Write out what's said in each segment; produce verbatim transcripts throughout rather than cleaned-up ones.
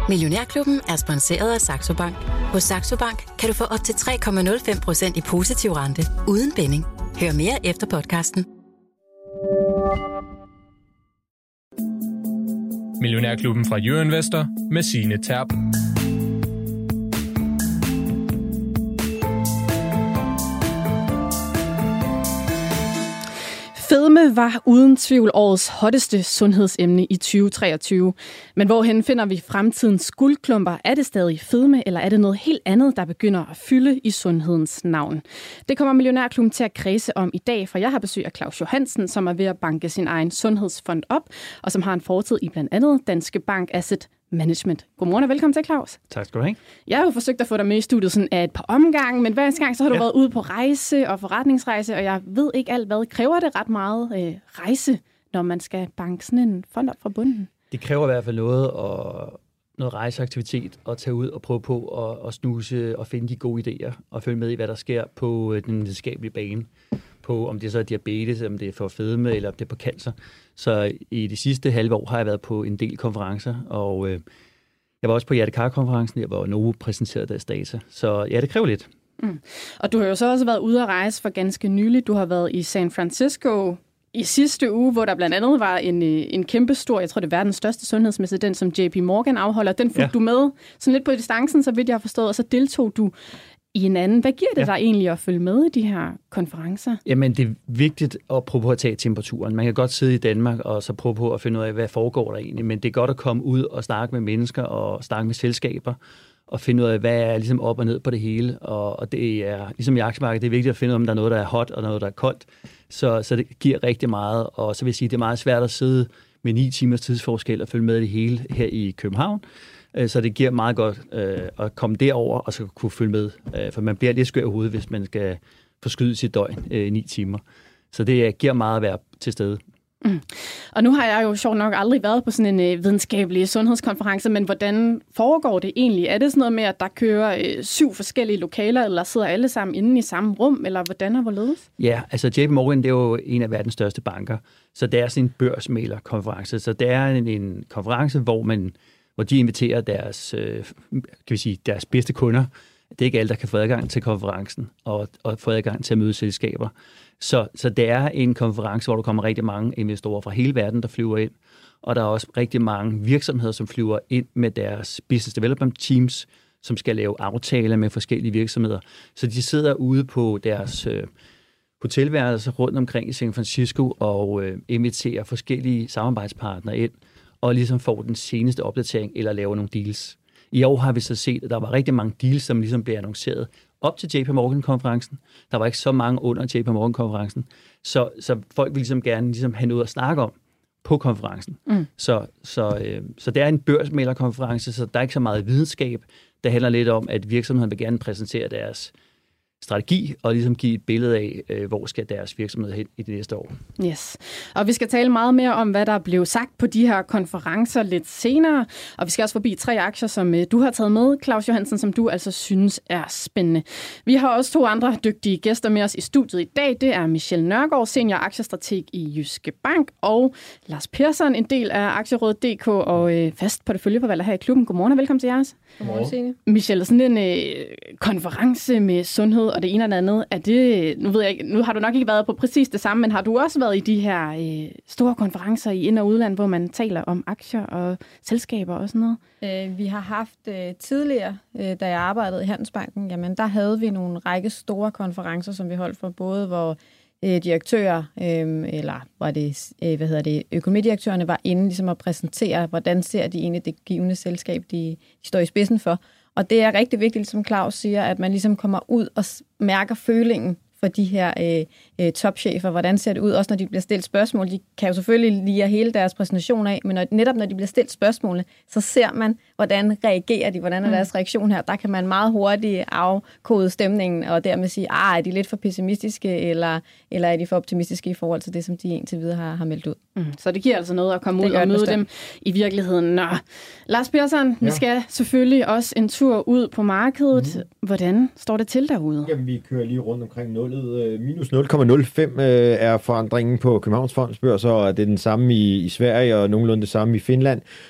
Millionærklubben er sponsoreret af Saxo Bank. Hos Saxo Bank kan du få op til tre komma nul fem procent i positiv rente uden binding. Hør mere efter podcasten. Millionærklubben fra Jørgen Investor med Signe Terp. Fedme var uden tvivl årets hotteste sundhedsemne i tyve treogtyve. Men hvorhen finder vi fremtidens guldklumper? Er det stadig fedme, eller er det noget helt andet, der begynder at fylde i sundhedens navn? Det kommer Millionærklubben til at kredse om i dag, for jeg har besøg af Claus Johansen, som er ved at banke sin egen sundhedsfond op, og som har en fortid i blandt andet Danske Bank Asset Management. Godmorgen og velkommen til, Claus. Tak skal du have. Jeg har jo forsøgt at få dig med i studiet sådan af et par omgange, men hver gang så har du ja. været ude på rejse og forretningsrejse, og jeg ved ikke alt hvad. Kræver det ret meget øh, rejse, når man skal banke sådan en fond op fra bunden? Det kræver i hvert fald noget, og noget rejseaktivitet, at tage ud og prøve på at, at snuse og finde de gode idéer, og følge med i, hvad der sker på den videnskabelige bane. På, om det så er diabetes, om det er for fedme, eller om det er på cancer. Så i de sidste halve år har jeg været på en del konferencer, og øh, jeg var også på Hjertekar-konferencen, hvor Novo præsenterede deres data. Så ja, det kræver lidt. Mm. Og du har jo så også været ude at rejse for ganske nylig. Du har været i San Francisco i sidste uge, hvor der blandt andet var en, en kæmpe stor, jeg tror det er verdens største sundhedsmesse, den som J P Morgan afholder. Den fulgte ja. du med sådan lidt på distancen, så vidt jeg har forstået, og så deltog du i en anden. Hvad giver det ja. dig egentlig at følge med i de her konferencer? Jamen, det er vigtigt at prøve på at tage temperaturen. Man kan godt sidde i Danmark og så prøve på at finde ud af, hvad foregår der egentlig, men det er godt at komme ud og snakke med mennesker og snakke med selskaber og finde ud af, hvad er ligesom op og ned på det hele. Og, og det er, ligesom i aktiemarkedet, det er vigtigt at finde ud af, om der er noget, der er hot og noget, der er koldt. Så, så det giver rigtig meget, og så vil jeg sige, det er meget svært at sidde med ni timers tidsforskel og følge med det hele her i København. Så det giver meget godt øh, at komme derover og så kunne følge med. Øh, for man bliver lidt skør i hovedet, hvis man skal forskyde sit døgn i øh, ni timer. Så det giver meget at være til stede. Mm. Og nu har jeg jo sjovt nok aldrig været på sådan en øh, videnskabelig sundhedskonference, men hvordan foregår det egentlig? Er det sådan noget med, at der kører øh, syv forskellige lokaler, eller sidder alle sammen inde i samme rum, eller hvordan og hvorledes? Ja, altså J P Morgan, det er jo en af verdens største banker, så det er sådan en børsmæglerkonference. Så det er en, en konference, hvor man hvor de inviterer deres, øh, kan vi sige, deres bedste kunder. Det er ikke alle, der kan få adgang til konferencen og, og få adgang til at møde selskaber. Så, så det er en konference, hvor der kommer rigtig mange investorer fra hele verden, der flyver ind. Og der er også rigtig mange virksomheder, som flyver ind med deres business development teams, som skal lave aftaler med forskellige virksomheder. Så de sidder ude på deres øh, hotelværelser rundt omkring i San Francisco og øh, inviterer forskellige samarbejdspartnere ind, og ligesom får den seneste opdatering eller laver nogle deals. I år har vi så set, at der var rigtig mange deals, som ligesom blev annonceret op til J P Morgan-konferencen. Der var ikke så mange under J P Morgan-konferencen. Så, så folk vil ligesom gerne ligesom have noget at snakke om på konferencen. Mm. Så, så, øh, så det er en børsmæglerkonference, så der er ikke så meget videnskab. Det handler lidt om, at virksomheden vil gerne præsentere deres strategi og ligesom give et billede af, øh, hvor skal deres virksomhed hen i de næste år. Yes. Og vi skal tale meget mere om, hvad der blev sagt på de her konferencer lidt senere. Og vi skal også forbi tre aktier, som øh, du har taget med, Claus Johansen, som du altså synes er spændende. Vi har også to andre dygtige gæster med os i studiet i dag. Det er Michelle Nørgaard, senior aktiestrateg i Jyske Bank, og Lars Persson, en del af Aktierådet punktum d k og øh, fast porteføljeforvalter her i klubben. Godmorgen og velkommen til jeres. Godmorgen, Signe. Michelle, sådan en øh, konference med sundhed og det ene og det andet, er det, nu ved jeg ikke, nu har du nok ikke været på præcis det samme, men har du også været i de her øh, store konferencer i ind- og udland, hvor man taler om aktier og selskaber og sådan noget? Øh, vi har haft øh, tidligere, øh, da jeg arbejdede i Handelsbanken, jamen der havde vi nogle række store konferencer, som vi holdt for både, hvor øh, direktører, øh, eller var det, øh, hvad hedder det, økonomidirektørerne var inde ligesom at præsentere, hvordan ser de egentlig det givende selskab, de, de står i spidsen for. Og det er rigtig vigtigt, som Claus siger, at man ligesom kommer ud og mærker følingen for de her øh, øh, topchefer. Hvordan ser det ud, også når de bliver stillet spørgsmål? De kan jo selvfølgelig lide hele deres præsentation af, men når, netop når de bliver stillet spørgsmål, så ser man, hvordan reagerer de, hvordan er deres reaktion her. Der kan man meget hurtigt afkode stemningen, og dermed sige, ah, er de lidt for pessimistiske, eller, eller er de for optimistiske i forhold til det, som de indtil videre har, har meldt ud. Mm, så det giver altså noget at komme ud og møde dem i virkeligheden. Nå. Lars Persson, ja. Vi skal selvfølgelig også en tur ud på markedet. Mm. Hvordan står det til derude? Jamen, vi kører lige rundt omkring nullet. Minus nul komma nul fem er forandringen på Københavns Fondsbørser, og det er den samme i, i Sverige og nogenlunde det samme i Finland.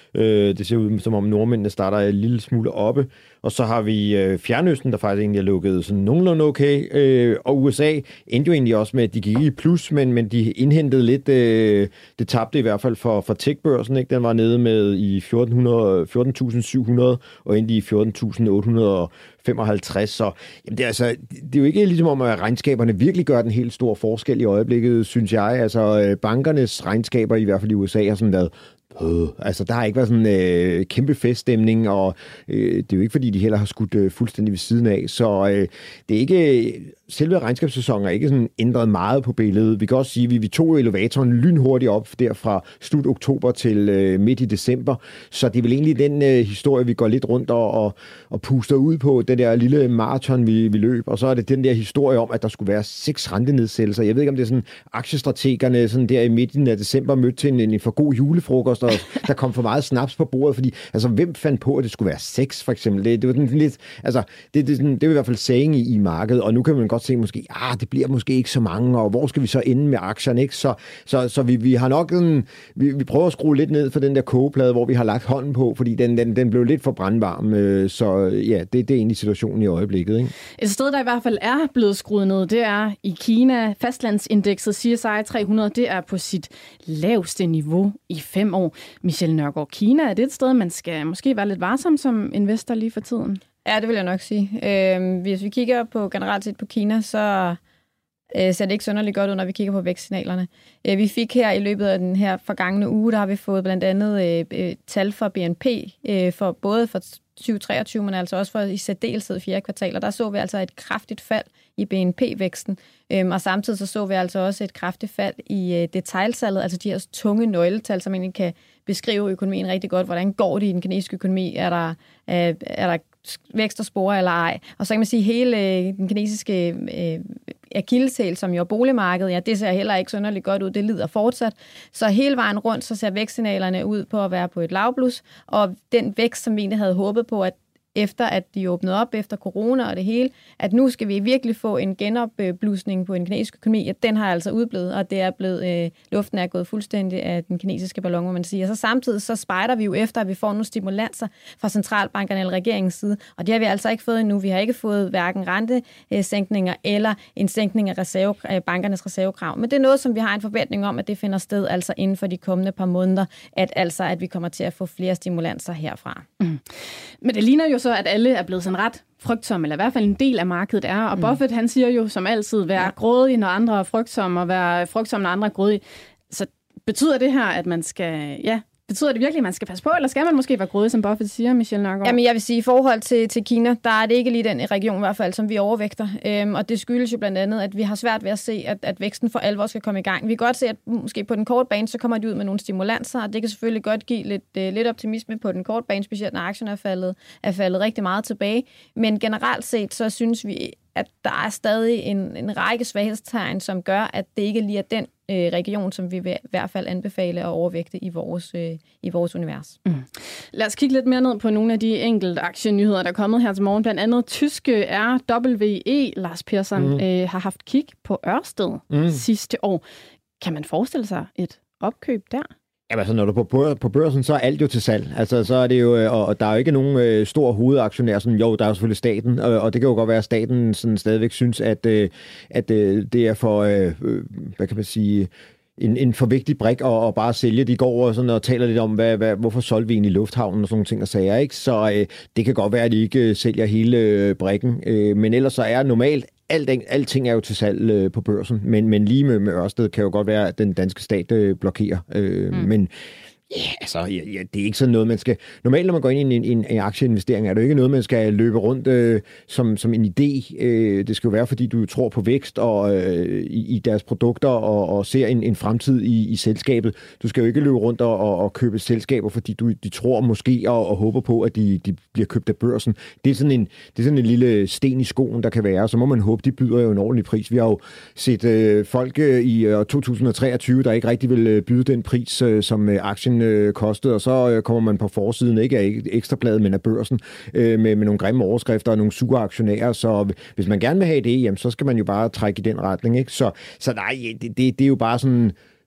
Øh, det ser ud som om nordmændene starter en lille smule oppe. Og så har vi øh, Fjernøsten, der faktisk egentlig er lukket sådan nogenlunde okay. Øh, og U S A endte jo egentlig også med, at de gik i plus, men, men de indhentede lidt. Øh, det tabte i hvert fald for, for tech-børsen. Ikke? Den var nede med i fjorten tusind syv hundrede og endte i fjorten tusind otte hundrede og femoghalvtreds. Så jamen det, er altså, det er jo ikke ligesom om, at regnskaberne virkelig gør den helt store forskel i øjeblikket, synes jeg. Altså bankernes regnskaber, i hvert fald i U S A, har sådan været Øh, altså, der har ikke været sådan en øh, kæmpe feststemning, og øh, det er jo ikke, fordi de heller har skudt øh, fuldstændig ved siden af. Så øh, det er ikke... Selve regnskabssæsonen er ikke sådan ændret meget på billedet. Vi kan også sige, at vi, vi tog elevatoren lynhurtigt op der fra slut oktober til øh, midt i december. Så det er vel egentlig den øh, historie, vi går lidt rundt og, og, og puster ud på, den der lille maraton, vi, vi løb. Og så er det den der historie om, at der skulle være seks rentenedsættelser. Jeg ved ikke, om det er sådan aktiestrategerne sådan der i midten af december mødte til en, en for god julefrokost, og der kom for meget snaps på bordet, fordi altså, hvem fandt på, at det skulle være seks, for eksempel? Det, det var sådan lidt, altså, det, det, det, det er i hvert fald saying i, i markedet, og nu kan man godt se måske, ah, det bliver måske ikke så mange, og hvor skal vi så ende med aktierne, ikke? Så, så, så vi, vi har nok en, vi, vi prøver at skrue lidt ned for den der kogeplade, hvor vi har lagt hånden på, fordi den, den, den blev lidt for brandvarm, øh, så ja, det, det er egentlig situationen i øjeblikket, ikke? Et sted, der i hvert fald er blevet skruet ned, det er i Kina. Fastlandsindekset C S I tre hundrede, det er på sit laveste niveau i fem år. Michelle Nørgaard, Kina, er det et sted, man skal måske være lidt varsom som investor lige for tiden? Ja, det vil jeg nok sige. Øh, hvis vi kigger på generelt set på Kina, så øh, ser det ikke synderligt godt ud, når vi kigger på vækstsignalerne. Øh, vi fik her i løbet af den her forgangne uge, der har vi fået blandt andet øh, tal for B N P, øh, for både for tyve treogtyve, men altså også for i særdeleshed fjerde kvartal, og der så vi altså et kraftigt fald i B N P-væksten, øhm, og samtidig så, så vi altså også et kraftigt fald i øh, detailsalget, altså de her tunge nøgletal, som egentlig kan beskrive økonomien rigtig godt. Hvordan går det i den kinesiske økonomi? Er der, øh, er der vækst og spore eller ej? Og så kan man sige, at hele øh, den kinesiske øh, akilleshæl, som jo er boligmarkedet, ja, det ser heller ikke synderligt godt ud. Det lider fortsat. Så hele vejen rundt, så ser vækstsignalerne ud på at være på et lavblus, og den vækst, som vi egentlig havde håbet på, at efter at de åbnede op efter corona og det hele, at nu skal vi virkelig få en genopblusning på en kinesisk økonomi, at den har altså udblevet, og det er blevet, øh, luften er gået fuldstændig af den kinesiske ballon, må man sige. Og så samtidig så spejder vi jo efter, at vi får nogle stimulanser fra centralbankerne eller regeringens side, og det har vi altså ikke fået endnu. Vi har ikke fået hverken rentesænkninger eller en sænkning af reserve, bankernes reservekrav. Men det er noget, som vi har en forventning om, at det finder sted altså inden for de kommende par måneder, at altså at vi kommer til at få flere stimulanser herfra. Mm. Men det ligner jo så, at alle er blevet sådan ret frygtsomme, eller i hvert fald en del af markedet er. Og Buffett, han siger jo som altid, vær ja. grådig, når andre er frygtsomme, og vær frygtsomme, når andre er grådige. Så betyder det her, at man skal... ja. Betyder det virkelig, at man skal passe på, eller skal man måske være grådig, som Buffett siger, Michelle Nørgaard? Jamen, jeg vil sige, i forhold til, til Kina, der er det ikke lige den region i hvert fald, som vi overvægter. Øhm, og det skyldes jo blandt andet, at vi har svært ved at se, at, at væksten for alvor skal komme i gang. Vi kan godt se, at måske på den korte bane, så kommer de ud med nogle stimulanser, og det kan selvfølgelig godt give lidt, øh, lidt optimisme på den korte bane, specielt når aktierne er faldet, er faldet rigtig meget tilbage. Men generelt set, så synes vi, at der er stadig en, en række svaghedstegn, som gør, at det ikke lige er den øh, region, som vi vil i hvert fald anbefale at overvægte i vores, øh, i vores univers. Mm. Lad os kigge lidt mere ned på nogle af de enkelte aktienyheder, der er kommet her til morgen. Blandt andet tyske R W E, Lars Persson, mm. øh, har haft kig på Ørsted mm. sidste år. Kan man forestille sig et opkøb der? Jamen altså, når du er på, på børsen, så er alt jo til salg. Altså, så er det jo, og der er jo ikke nogen øh, stor hovedaktionær, sådan, jo, der er jo selvfølgelig staten, og, og det kan jo godt være, at staten sådan stadigvæk synes, at, øh, at øh, det er for, øh, hvad kan man sige, en, en for vigtig brik at, at bare sælge. De går og, sådan, og taler lidt om, hvad, hvad, hvorfor solgte vi egentlig i lufthavnen og sådan nogle ting og sager, ikke? Så øh, det kan godt være, at de ikke sælger hele øh, brikken, øh, men ellers så er normalt Alt, alting er jo til salg øh, på børsen, men, men lige med, med Ørsted kan jo godt være, at den danske stat øh, blokerer. Øh, mm. Men ja, altså, ja, ja, det er ikke sådan noget, man skal... Normalt, når man går ind i en, en, en aktieinvestering, er det jo ikke noget, man skal løbe rundt øh, som, som en idé. Øh, det skal jo være, fordi du tror på vækst og, øh, i, i deres produkter og, og ser en, en fremtid i, i selskabet. Du skal jo ikke løbe rundt og, og, og købe selskaber, fordi du de tror måske og, og håber på, at de, de bliver købt af børsen. Det er, sådan en, det er sådan en lille sten i skoen, der kan være. Så må man håbe, de byder jo en ordentlig pris. Vi har jo set øh, folk øh, i øh, to tusind treogtyve, der ikke rigtig vil øh, byde den pris, øh, som øh, aktien øh, kostede, og så øh, kommer man på forsiden, ikke af Ekstrabladet, men af børsen, øh, med, med nogle grimme overskrifter og nogle sure aktionærer. Så hvis man gerne vil have det, jamen, så skal man jo bare trække i den retning. Ikke? Så, så nej, det, det, det er jo bare sådan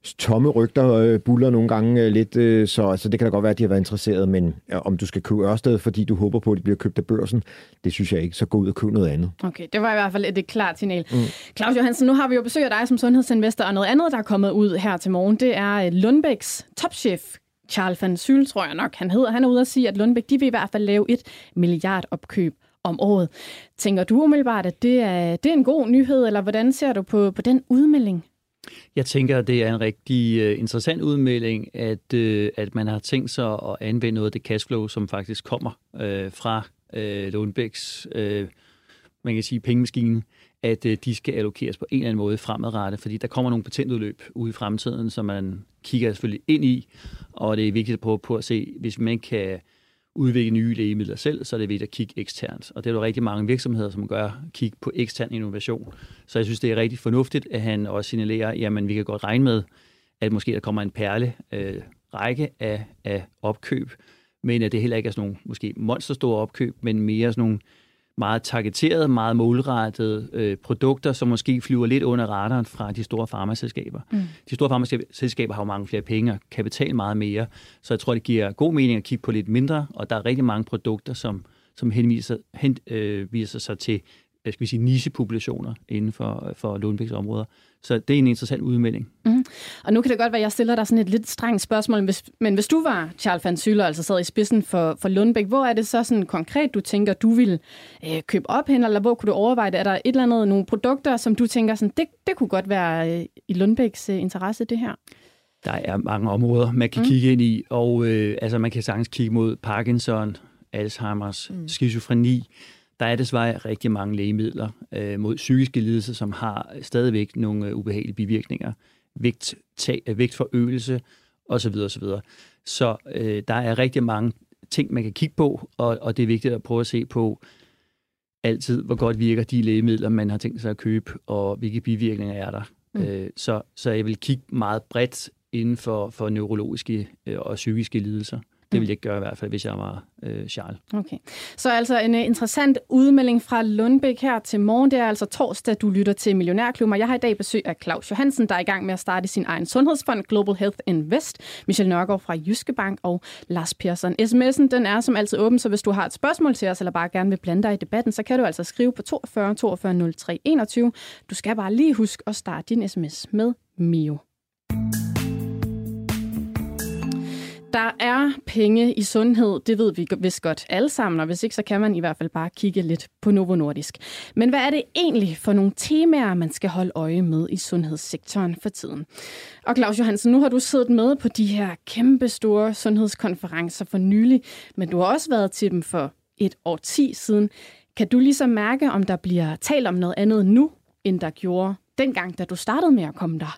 tomme rygter øh, buller nogle gange øh, lidt, øh, så, så det kan da godt være, at de har været interesseret, men ja, om du skal købe Ørsted, fordi du håber på, at de bliver købt af børsen, det synes jeg ikke, så gå ud og køb noget andet. Okay, det var i hvert fald et, et klart signal. Mm. Claus Johansen, nu har vi jo besøg af dig som sundhedsinvestor, og noget andet, der er kommet ud her til morgen, det er Lundbecks topchef, Charles van Zyl, tror jeg nok, han hedder. Han er ude at sige, at Lundbeck, de vil i hvert fald lave et milliardopkøb om året. Tænker du umiddelbart, at det er, det er en god nyhed, eller hvordan ser du på, på den udmelding? Jeg tænker, at det er en rigtig uh, interessant udmelding, at, uh, at man har tænkt sig at anvende noget af det cashflow, som faktisk kommer uh, fra uh, Lundbecks uh, man kan sige, pengemaskine, at uh, de skal allokeres på en eller anden måde fremadrettet, fordi der kommer nogle patentudløb ude i fremtiden, som man kigger selvfølgelig ind i, og det er vigtigt at prøve på at se, hvis man kan udvikle nye lægemidler selv, så er det vigtigt at kigge eksternt. Og det er jo rigtig mange virksomheder, som gør kigge på ekstern innovation. Så jeg synes, det er rigtig fornuftigt, at han også signalerer, jamen vi kan godt regne med, at måske der kommer en perle øh, række af, af opkøb, men at det heller ikke er sådan nogle måske monsterstore opkøb, men mere sådan nogle meget targeterede, meget målrettede øh, produkter, som måske flyver lidt under radaren fra de store farmaselskaber. Mm. De store farmaselskaber har jo mange flere penge og kapital meget mere, så jeg tror, det giver god mening at kigge på lidt mindre, og der er rigtig mange produkter, som, som henviser, hen, øh, viser sig til skal vi sige, nichepopulationer inden for, for Lundbecks områder. Så det er en interessant udmelding. Mm. Og nu kan det godt være, at jeg stiller dig sådan et lidt strengt spørgsmål, hvis, men hvis du var Charles van Zyl, altså sad i spidsen for, for Lundbeck, hvor er det så sådan konkret, du tænker, du vil øh, købe op hen, eller hvor kunne du overveje det? Er der et eller andet, nogle produkter, som du tænker, sådan, det, det kunne godt være øh, i Lundbecks øh, interesse, det her? Der er mange områder, man kan mm. kigge ind i, og øh, altså, man kan sagtens kigge mod Parkinson, Alzheimers, mm. skizofreni. Der er desværre rigtig mange lægemidler øh, mod psykiske lidelser, som har stadigvæk nogle øh, ubehagelige bivirkninger, vægt, tag, vægtforøgelse osv. osv. Så øh, der er rigtig mange ting, man kan kigge på, og, og det er vigtigt at prøve at se på altid, hvor godt virker de lægemidler, man har tænkt sig at købe, og hvilke bivirkninger er der. Mm. Øh, så, så jeg vil kigge meget bredt inden for, for neurologiske øh, og psykiske lidelser. Det vil jeg ikke gøre i hvert fald, hvis jeg var øh, Charles. Okay. Så altså en uh, interessant udmelding fra Lundbeck her til morgen. Det er altså torsdag, du lytter til Millionærklubben. Jeg har i dag besøg af Claus Johansen, der er i gang med at starte sin egen sundhedsfond, Global Health Invest. Michelle Nørgaard fra Jyske Bank og Lars Persson. sms'en den er som altid åben, så hvis du har et spørgsmål til os, eller bare gerne vil blande dig i debatten, så kan du altså skrive på toogfyrre toogfyrre nul tre enogtyve. Du skal bare lige huske at starte din sms med Mio. Der er penge i sundhed, det ved vi vist godt alle sammen, og hvis ikke, så kan man i hvert fald bare kigge lidt på Novo Nordisk. Men hvad er det egentlig for nogle temaer, man skal holde øje med i sundhedssektoren for tiden? Og Claus Johansen, nu har du siddet med på de her kæmpe store sundhedskonferencer for nylig, men du har også været til dem for et årti siden. Kan du ligesom mærke, om der bliver talt om noget andet nu, end der gjorde dengang, da du startede med at komme der?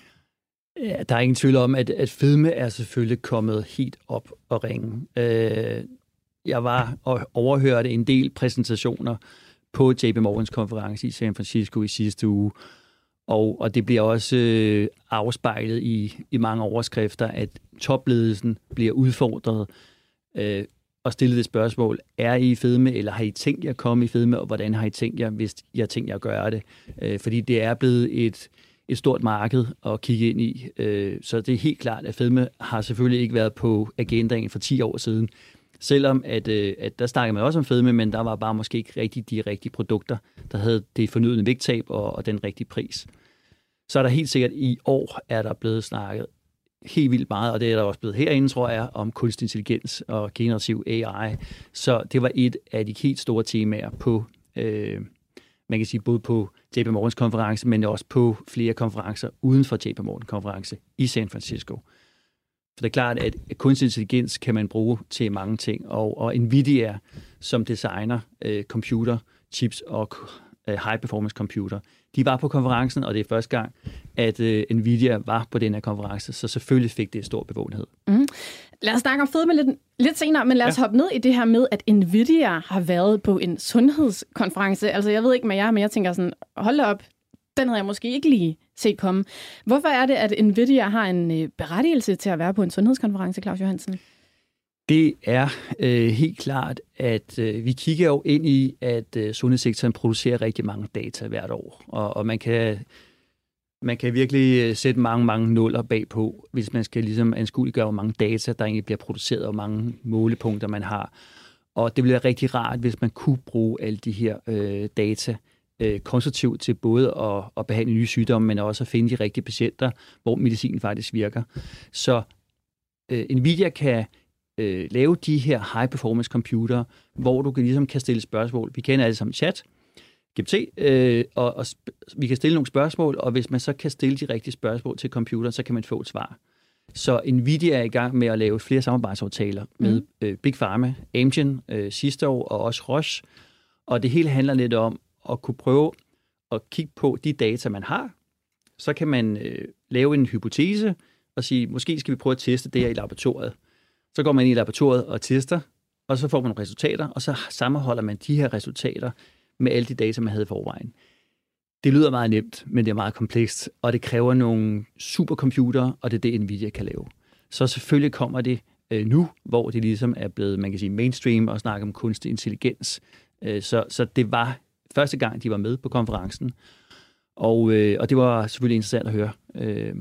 Ja, der er ingen tvivl om, at, at fedme er selvfølgelig kommet helt op og ringe. Øh, jeg var og overhørte en del præsentationer på J P Morgans konference i San Francisco i sidste uge, og, og det bliver også øh, afspejlet i, i mange overskrifter, at topledelsen bliver udfordret øh, og stillet det spørgsmål, er I i fedme, eller har I tænkt jer at komme i fedme, og hvordan har I tænkt jer, hvis I har tænkt jer at gøre det? Øh, fordi det er blevet et et stort marked at kigge ind i. Så det er helt klart, at fedme har selvfølgelig ikke været på agendaen for ti år siden. Selvom at, at der snakkede man også om fedme, men der var bare måske ikke rigtig de rigtige produkter, der havde det fornødne vægttab og, og den rigtige pris. Så er der helt sikkert i år, er der blevet snakket helt vildt meget, og det er der også blevet herinde, tror jeg, om kunstig intelligens og generativ A I. Så det var et af de helt store temaer på øh, man kan sige både på J P Morgans konference, men også på flere konferencer uden for J P Morgan konference i San Francisco. For det er klart, at kunstig intelligens kan man bruge til mange ting, og, og Nvidia, som designer øh, computer, chips og øh, high performance computer, de var på konferencen, og det er første gang, at øh, Nvidia var på den her konference, så selvfølgelig fik det stor bevågenhed. Mm. Lad os snakke om fedme lidt, lidt senere, men lad os ja. hoppe ned i det her med, at Nvidia har været på en sundhedskonference. Altså, jeg ved ikke med jer, men jeg tænker sådan, hold da op, den havde jeg måske ikke lige set komme. Hvorfor er det, at Nvidia har en berettigelse til at være på en sundhedskonference, Claus Johansen? Det er øh, helt klart, at øh, vi kigger jo ind i, at øh, sundhedssektoren producerer rigtig mange data hvert år, og, og man kan Man kan virkelig sætte mange, mange nuller bagpå, hvis man skal ligesom anskueliggøre, hvor mange data, der egentlig bliver produceret, og hvor mange målepunkter man har. Og det ville være rigtig rart, hvis man kunne bruge alle de her øh, data øh, konstruktivt til både at, at behandle nye sygdomme, men også at finde de rigtige patienter, hvor medicinen faktisk virker. Så øh, Nvidia kan øh, lave de her high-performance computer, hvor du kan, ligesom kan stille spørgsmål. Vi kender alle sammen chat, G P T, øh, og, og sp- vi kan stille nogle spørgsmål, og hvis man så kan stille de rigtige spørgsmål til computeren, så kan man få et svar. Så Nvidia er i gang med at lave flere samarbejdsaftaler mm. med øh, Big Pharma, Amgen øh, sidste år, og også Roche. Og det hele handler lidt om at kunne prøve at kigge på de data, man har. Så kan man øh, lave en hypotese og sige, måske skal vi prøve at teste det her i laboratoriet. Så går man ind i laboratoriet og tester, og så får man nogle resultater, og så sammenholder man de her resultater med alle de data, man havde i forvejen. Det lyder meget nemt, men det er meget komplekst, og det kræver nogle supercomputere, og det er det, Nvidia kan lave. Så selvfølgelig kommer det øh, nu, hvor det ligesom er blevet, man kan sige, mainstream og snakke om kunstig intelligens. Øh, så, så det var første gang, de var med på konferencen, og, øh, og det var selvfølgelig interessant at høre. Øh,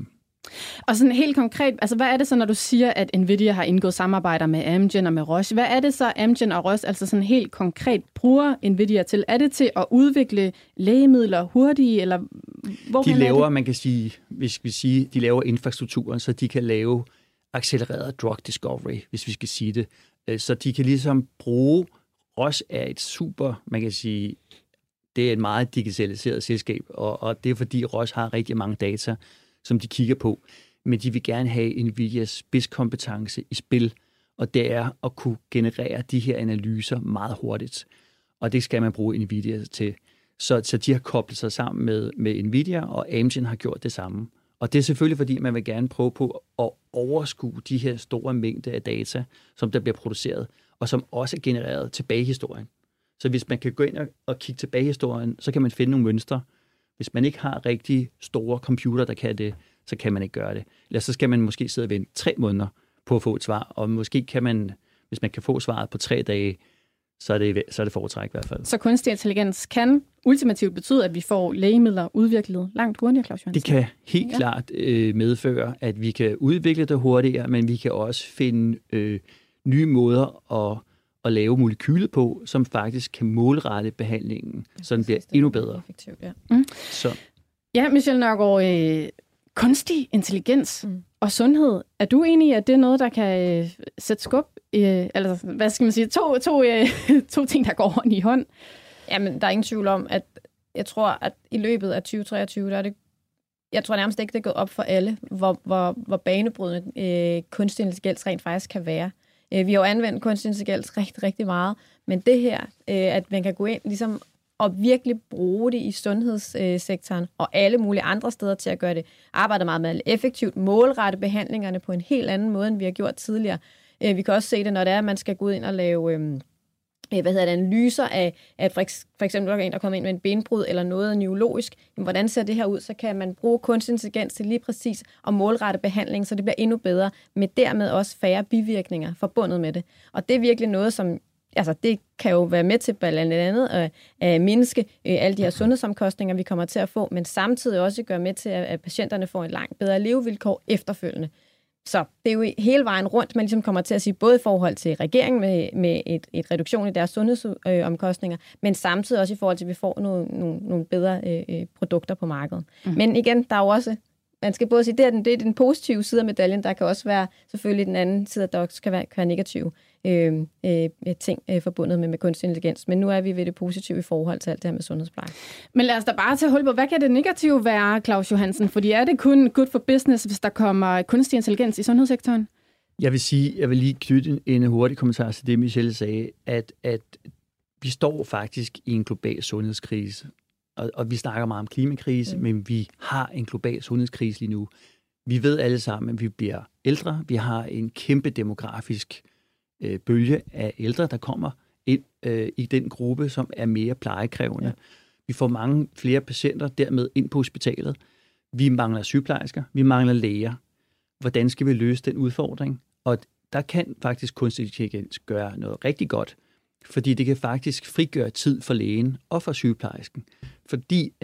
Og sådan helt konkret, altså hvad er det så, når du siger, at Nvidia har indgået samarbejder med Amgen og med Roche? Hvad er det så, Amgen og Roche altså sådan helt konkret bruger Nvidia til? Er det til at udvikle lægemidler hurtigt, eller hvor de laver, man kan sige, hvis vi sige, de laver infrastrukturen, så de kan lave accelereret drug discovery, hvis vi skal sige det. Så de kan ligesom bruge, Roche er et super, man kan sige, det er et meget digitaliseret selskab, og, og det er fordi Roche har rigtig mange data, som de kigger på, men de vil gerne have Nvidias spidskompetence i spil, og det er at kunne generere de her analyser meget hurtigt, og det skal man bruge Nvidia til. Så, så de har koblet sig sammen med, med Nvidia, og Amgen har gjort det samme. Og det er selvfølgelig, fordi man vil gerne prøve på at overskue de her store mængder af data, som der bliver produceret, og som også er genereret tilbage i historien. Så hvis man kan gå ind og, og kigge tilbage i historien, så kan man finde nogle mønstre. Hvis man ikke har rigtig store computer, der kan det, så kan man ikke gøre det. Eller så skal man måske sidde og vente tre måneder på at få et svar, og måske kan man, hvis man kan få svaret på tre dage, så er det, så er det foretræk i hvert fald. Så kunstig intelligens kan ultimativt betyde, at vi får lægemidler udviklet langt hurtigere, Claus Johansen? Det kan helt ja. klart øh, medføre, at vi kan udvikle det hurtigere, men vi kan også finde øh, nye måder at, at lave molekylet på, som faktisk kan målrette behandlingen, så den bliver endnu bedre. Effektivt, ja. Mm. Så. Ja, Michelle Nørgaard, øh, kunstig intelligens mm. og sundhed. Er du enig i, at det er noget, der kan øh, sætte skub? Øh, eller hvad skal man sige? To, to, øh, to ting, der går hånd i hånd. Jamen, der er ingen tvivl om, at jeg tror, at i løbet af tyve treogtyve, der er det, jeg tror nærmest ikke, det er gået op for alle, hvor, hvor, hvor banebrydende øh, kunstig intelligens rent faktisk kan være. Øh, vi har jo anvendt kunstig intelligens rigtig, rigtig meget, men det her, øh, at man kan gå ind ligesom og virkelig bruge det i sundhedssektoren og alle mulige andre steder til at gøre det, arbejde meget med effektivt, målrette behandlingerne på en helt anden måde, end vi har gjort tidligere. Vi kan også se det, når det er, at man skal gå ind og lave øh, hvad hedder det, analyser af, at for, for eksempel der er en, der kommer ind med en benbrud eller noget neurologisk. Jamen, hvordan ser det her ud? Så kan man bruge kunstig intelligens til lige præcis at målrette behandling, så det bliver endnu bedre, med dermed også færre bivirkninger forbundet med det. Og det er virkelig noget, som altså, det kan jo være med til blandt andet at, at mindske øh, alle de her sundhedsomkostninger, vi kommer til at få, men samtidig også gøre med til, at, at patienterne får en langt bedre levevilkår efterfølgende. Så det er jo hele vejen rundt, man ligesom kommer til at sige, både i forhold til regeringen med, med et, et reduktion i deres sundhedsomkostninger, men samtidig også i forhold til, at vi får nogle, nogle, nogle bedre øh, produkter på markedet. Mm. Men igen, der er jo også, man skal både sige, det er, den, det er den positive side af medaljen, der kan også være selvfølgelig den anden side, at der også kan være, kan være negative øh, øh, ting øh, forbundet med, med kunstig intelligens. Men nu er vi ved det positive i forhold til alt det her med sundhedspleje. Men lad os da bare tage hul på, hvad kan det negative være, Claus Johansen? Fordi er det kun good for business, hvis der kommer kunstig intelligens i sundhedssektoren? Jeg vil sige, jeg vil lige knytte en hurtig kommentar til det, Michelle sagde, at, at vi står faktisk i en global sundhedskrise. Og, og vi snakker meget om klimakrise, mm. men vi har en global sundhedskrise lige nu. Vi ved alle sammen, at vi bliver ældre. Vi har en kæmpe demografisk øh, bølge af ældre, der kommer ind øh, i den gruppe, som er mere plejekrævende. Ja. Vi får mange flere patienter dermed ind på hospitalet. Vi mangler sygeplejersker, vi mangler læger. Hvordan skal vi løse den udfordring? Og der kan faktisk kunstig intelligens gøre noget rigtig godt, fordi det kan faktisk frigøre tid for lægen og for sygeplejersken. Fordi at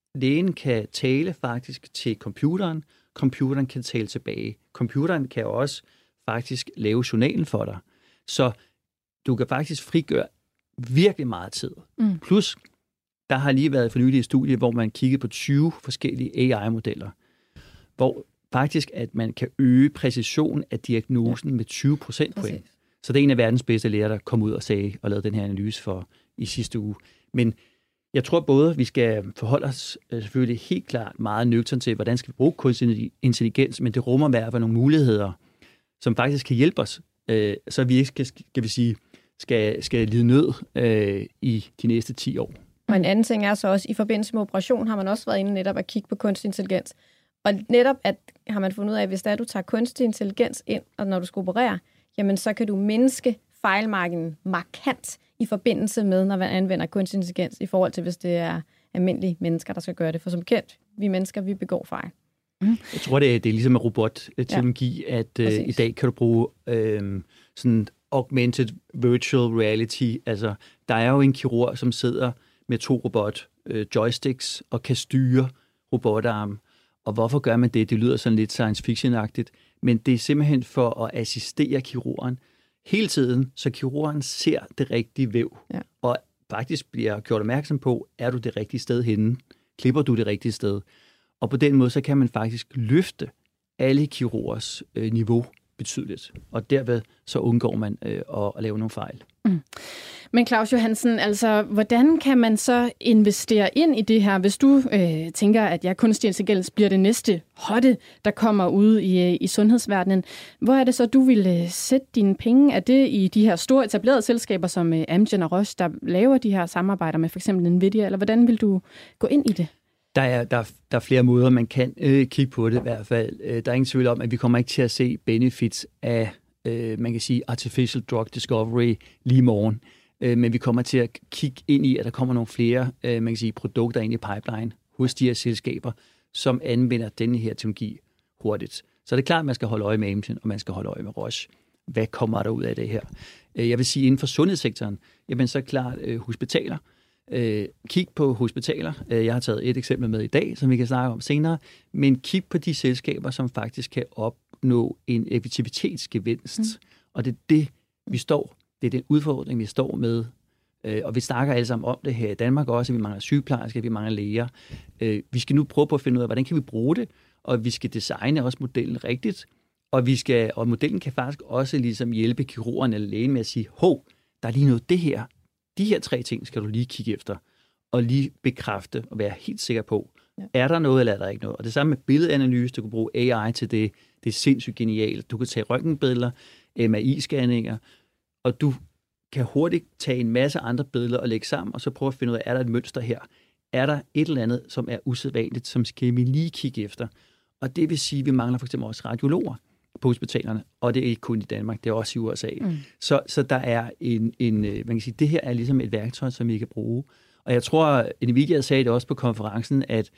lægen kan tale faktisk til computeren, computeren kan tale tilbage. Computeren kan også faktisk lave journalen for dig. Så du kan faktisk frigøre virkelig meget tid. Mm. Plus, der har lige været for nylig et studie, hvor man kiggede på tyve forskellige A I-modeller, hvor faktisk, at man kan øge præcision af diagnosen ja. med tyve procentpoint. Så det er en af verdens bedste læger, der kom ud og sagde og lavede den her analyse for i sidste uge. Men jeg tror både, vi skal forholde os selvfølgelig helt klart meget nøgternt til, hvordan skal vi bruge kunstig intelligens, men det rummer i hvert fald nogle muligheder, som faktisk kan hjælpe os, øh, så vi ikke skal, skal, vi sige, skal, skal lide nød øh, i de næste ti år. Og en anden ting er så også, i forbindelse med operation har man også været inde netop at kigge på kunstig intelligens. Og netop at har man fundet ud af, at hvis der du tager kunstig intelligens ind, og når du skal operere, jamen så kan du mindske fejlmarginen markant i forbindelse med, når man anvender kunstig intelligens, i forhold til, hvis det er almindelige mennesker, der skal gøre det. For som kendt, vi mennesker, vi begår fejl. Mm. Jeg tror, det er, det er ligesom med robotteknologi, ja, at øh, i dag kan du bruge øh, sådan augmented virtual reality. Altså, der er jo en kirurg, som sidder med to robot øh, joysticks og kan styre robotarme. Og hvorfor gør man det? Det lyder sådan lidt science fiction-agtigt, men det er simpelthen for at assistere kirurgen hele tiden, så kirurgen ser det rigtige væv, ja. og faktisk bliver gjort opmærksom på, er du det rigtige sted henne? Klipper du det rigtige sted? Og på den måde, så kan man faktisk løfte alle kirurgers øh, niveau betydeligt, og derved så undgår man øh, at, at lave nogle fejl. Mm. Men Claus Johansen, altså, hvordan kan man så investere ind i det her, hvis du øh, tænker, at ja, kunstig intelligens bliver det næste hotte, der kommer ud i, i sundhedsverdenen? Hvor er det så, du vil øh, sætte dine penge? Er det i de her store etablerede selskaber, som øh, Amgen og Roche, der laver de her samarbejder med for eksempel Nvidia, eller hvordan vil du gå ind i det? Der er, der, der er flere måder, man kan øh, kigge på det i hvert fald. Øh, der er ingen tvivl om, at vi kommer ikke til at se benefits af, øh, man kan sige, artificial drug discovery lige i morgen. Øh, men vi kommer til at kigge ind i, at der kommer nogle flere, øh, man kan sige, produkter ind i pipeline hos de her selskaber, som anvender denne her teknologi hurtigt. Så det er klart, at man skal holde øje med Amgen, og man skal holde øje med Roche. Hvad kommer der ud af det her? Øh, jeg vil sige, inden for sundhedssektoren, jamen så klart øh, hospitaler. Øh, kig på hospitaler. Øh, jeg har taget et eksempel med i dag, som vi kan snakke om senere. Men kig på de selskaber, som faktisk kan opnå en effektivitetsgevinst. Mm. Og det er det, vi står. Det er den udfordring, vi står med. Øh, og vi snakker alle sammen om det her i Danmark også. Vi mangler sygeplejersker, vi mangler læger. Øh, vi skal nu prøve på at finde ud af, hvordan kan vi bruge det. Og vi skal designe også modellen rigtigt. Og, vi skal, og modellen kan faktisk også ligesom hjælpe kirurgen eller lægen med at sige, hov, der er lige noget det her. De her tre ting skal du lige kigge efter, og lige bekræfte og være helt sikker på, ja. Er der noget, eller er der ikke noget? Og det samme med billedanalyse, du kan bruge A I til det, det er sindssygt genialt. Du kan tage røntgenbilleder, M R I-scanninger, og du kan hurtigt tage en masse andre billeder og lægge sammen, og så prøve at finde ud af, er der et mønster her? Er der et eller andet, som er usædvanligt, som skal vi lige kigge efter? Og det vil sige, at vi mangler for eksempel også radiologer på hospitalerne, og det er ikke kun i Danmark, det er også i U S A. Mm. Så, så der er en, en, man kan sige, det her er ligesom et værktøj, som vi kan bruge. Og jeg tror, Nvidia sagde det også på konferencen, at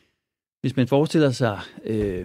hvis man forestiller sig øh,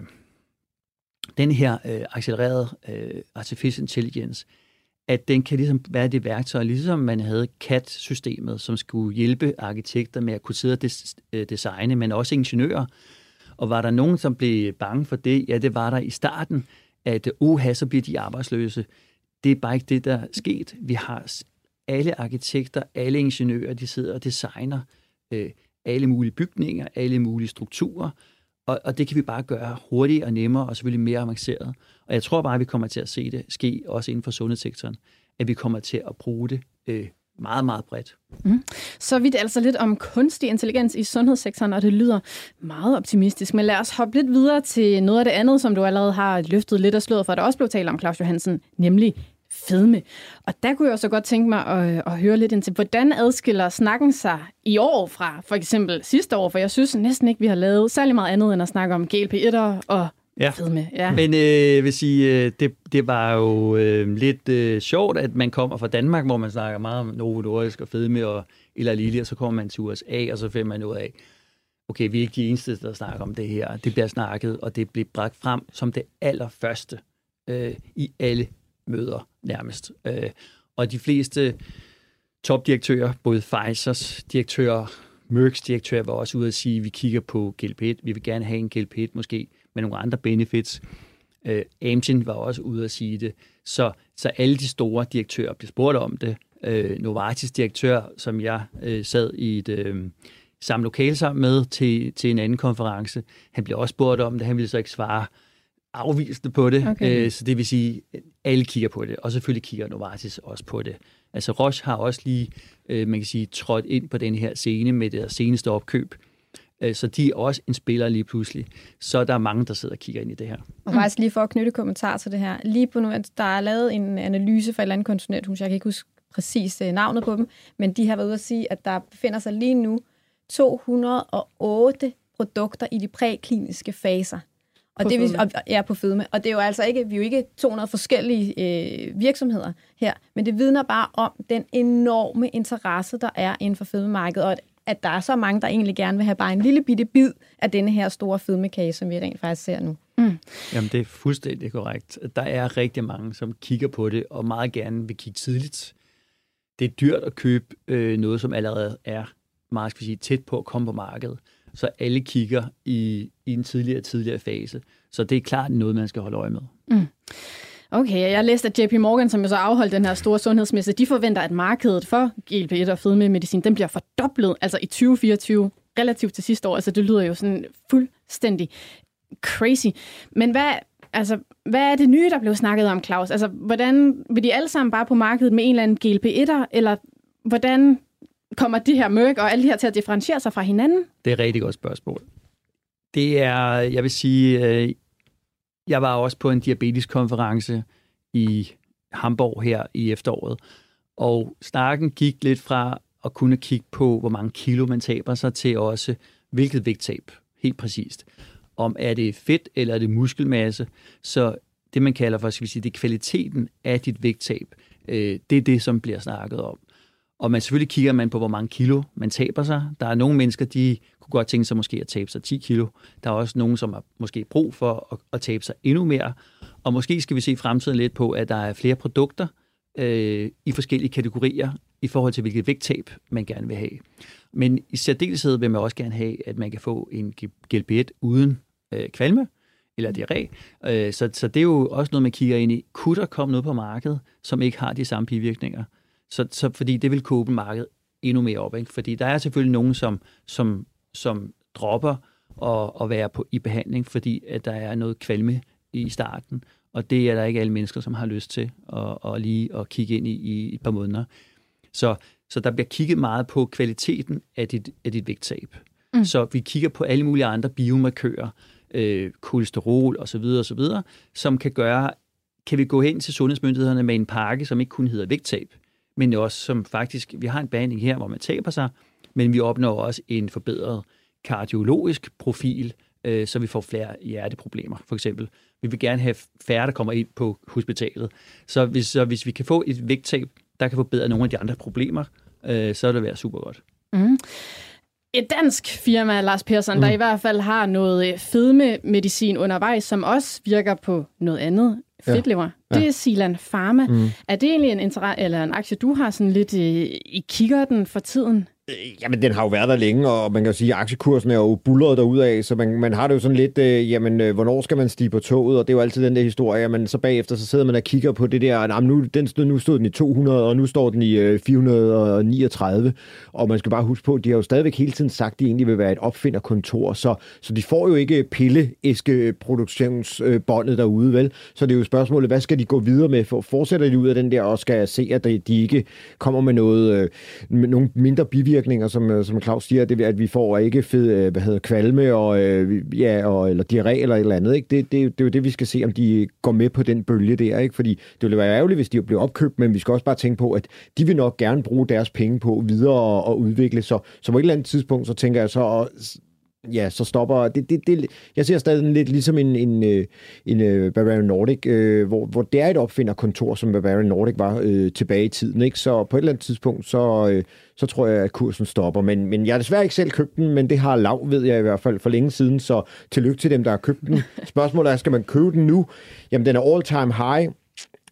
den her øh, accelererede øh, artificial intelligence, at den kan ligesom være det værktøj, ligesom man havde C A D-systemet, som skulle hjælpe arkitekter med at kunne sidde og des, øh, designe, men også ingeniører. Og var der nogen, som blev bange for det? Ja, det var der i starten, at uha, så bliver de arbejdsløse. Det er bare ikke det, der er sket. Vi har alle arkitekter, alle ingeniører, de sidder og designer øh, alle mulige bygninger, alle mulige strukturer, og, og det kan vi bare gøre hurtigere og nemmere, og selvfølgelig mere avanceret. Og jeg tror bare, at vi kommer til at se det ske, også inden for sundhedssektoren, at vi kommer til at bruge det øh, meget, meget bredt. Mm. Så vidt altså lidt om kunstig intelligens i sundhedssektoren, og det lyder meget optimistisk. Men lad os hoppe lidt videre til noget af det andet, som du allerede har løftet lidt af sløret for, der også blev talt om, Claus Johansen, nemlig fedme. Og der kunne jeg også godt tænke mig at, at høre lidt ind til, hvordan adskiller snakken sig i år fra for eksempel sidste år? For jeg synes næsten ikke, vi har lavet særlig meget andet end at snakke om G L P et'er og ja. fedme. Ja. Men øh, vil sige, det, det var jo øh, lidt øh, sjovt, at man kommer fra Danmark, hvor man snakker meget om Novo Nordisk og fedme og Eli Lilly, og så kommer man til U S A, og så finder man ud af, okay, vi er ikke de eneste, der snakker om det her. Det bliver snakket, og det bliver bragt frem som det allerførste øh, i alle møder nærmest. Øh, og de fleste topdirektører, både Pfizers direktører, Merck's direktør var også ude at sige, at vi kigger på G L P et. Vi vil gerne have en G L P et måske med nogle andre benefits. Uh, Amgen var også ude at sige det. Så, så alle de store direktører blev spurgt om det. Uh, Novartis direktør, som jeg uh, sad i et uh, samme lokale sammen med til, til en anden konference, han blev også spurgt om det. Han ville så ikke svare afvisende på det. Okay. Uh, så det vil sige, at alle kigger på det. Og selvfølgelig kigger Novartis også på det. Altså Roche har også lige, uh, man kan sige, trådt ind på den her scene med det seneste opkøb. Så de er også en spiller lige pludselig. Så der er mange, der sidder og kigger ind i det her. Og faktisk lige for at knytte kommentar til det her. Lige på nu, der er lavet en analyse fra et eller andet konsulenthus. Jeg kan ikke huske præcis navnet på dem, men de har været ude at sige, at der befinder sig lige nu to hundrede og otte produkter i de prækliniske faser. Og på det vil, fedme. og, ja, på fedme. Og det er jo altså ikke, vi er jo ikke to hundrede forskellige øh, virksomheder her, men det vidner bare om den enorme interesse, der er inden for fedmemarkedet, og at at der er så mange, der egentlig gerne vil have bare en lille bitte bid af denne her store fedmekage, som vi rent faktisk ser nu. Mm. Jamen, det er fuldstændig korrekt. Der er rigtig mange, som kigger på det, og meget gerne vil kigge tidligt. Det er dyrt at købe øh, noget, som allerede er meget skal vi sige, tæt på at komme på markedet. Så alle kigger i, i en tidligere tidligere fase. Så det er klart noget, man skal holde øje med. Mm. Okay, jeg læste, at J P Morgan, som jo så afholdt den her store sundhedsmesse, de forventer, at markedet for G L P et og fedmemedicin, den bliver fordoblet, altså i tyve fireogtyve, relativt til sidste år. Altså det lyder jo sådan fuldstændig crazy. Men hvad, altså, hvad er det nye, der blev snakket om, Claus? Altså, hvordan vil de alle sammen bare på markedet med en eller anden G L P etter, eller hvordan kommer de her Merck og alle de her til at differentiere sig fra hinanden? Det er et rigtig godt spørgsmål. Det er, jeg vil sige... Øh, Jeg var også på en diabeteskonference i Hamburg her i efteråret, og snakken gik lidt fra at kunne kigge på, hvor mange kilo man taber sig, til også, hvilket vægttab, helt præcist. Om er det fedt, eller er det muskelmasse, så det man kalder for, skal vi sige, det er kvaliteten af dit vægttab, øh, det er det, som bliver snakket om. Og man selvfølgelig kigger man på, hvor mange kilo man taber sig. Der er nogle mennesker, de kunne godt tænke sig måske at tabe sig ti kilo. Der er også nogen, som har måske brug for at, at tabe sig endnu mere. Og måske skal vi se i fremtiden lidt på, at der er flere produkter øh, i forskellige kategorier i forhold til, hvilket vægttab man gerne vil have. Men i særdeleshed vil man også gerne have, at man kan få en G L P et uden øh, kvalme eller diarré. Øh, så, så det er jo også noget, man kigger ind i. Kunne der komme noget på markedet, som ikke har de samme bivirkninger? Så, så fordi det vil kåbe markedet endnu mere op. Ikke? Fordi der er selvfølgelig nogen, som, som, som dropper at, at være på, i behandling, fordi at der er noget kvalme i starten. Og det er der ikke alle mennesker, som har lyst til at, at lige at kigge ind i, i et par måneder. Så, så der bliver kigget meget på kvaliteten af dit, af dit vægttab. Mm. Så vi kigger på alle mulige andre biomarkører, øh, kolesterol osv., osv., som kan gøre, kan vi gå hen til sundhedsmyndighederne med en pakke, som ikke kun hedder vægttab, men også som faktisk, vi har en behandling her, hvor man taber sig, men vi opnår også en forbedret kardiologisk profil, øh, så vi får flere hjerteproblemer, for eksempel. Vi vil gerne have færre, der kommer ind på hospitalet. Så hvis, så hvis vi kan få et vægttab, der kan forbedre nogle af de andre problemer, øh, så vil det være super godt. Mm. Et dansk firma, Lars Persson, mm. der i hvert fald har noget fedmemedicin undervejs, som også virker på noget andet, fedtlever. Ja. Det er Zealand Pharma. Mm. Er det egentlig en, interesse, eller en aktie, du har sådan lidt i, i kikkerten for tiden? Jamen, den har jo været der længe, og man kan jo sige, at aktiekursen er jo buldret derudad, så man, man har det jo sådan lidt, øh, jamen, øh, hvornår skal man stige på toget, og det er jo altid den der historie, jamen, så bagefter, så sidder man og kigger på det der, nah, nu, den stod, nu stod den i to hundrede, og nu står den i øh, fire hundrede niogtredive, og man skal bare huske på, at de har jo stadigvæk hele tiden sagt, at de egentlig vil være et opfinderkontor, så, så de får jo ikke pilleæskeproduktionsbåndet derude, vel? Så det er jo spørgsmålet, hvad skal de gå videre med? For, fortsætter de ud af den der, og skal se, at de, de ikke kommer med noget, øh, med nogle mindre bivirkninger, som, som Claus siger, det er, at vi får ikke fed, hvad hedder, kvalme og, ja, og, eller diarré eller et eller andet. Ikke? Det, det, det er jo det, vi skal se, om de går med på den bølge der. Ikke? Fordi det ville være ærgerligt, hvis de bliver opkøbt, men vi skal også bare tænke på, at de vil nok gerne bruge deres penge på videre og, og udvikle. Så, så på et eller andet tidspunkt, så tænker jeg så... Og, ja, så stopper... Det, det, det, jeg ser stadig lidt ligesom en, en, en, en Bavarian Nordic, øh, hvor, hvor det er et opfinderkontor, som Bavarian Nordic var øh, tilbage i tiden. Ikke? Så på et eller andet tidspunkt, så, øh, så tror jeg, at kursen stopper. Men, men jeg har desværre ikke selv købt den, men det har Lav, ved jeg i hvert fald, for længe siden. Så tillykke til dem, der har købt den. Spørgsmålet er, skal man købe den nu? Jamen, den er all-time high.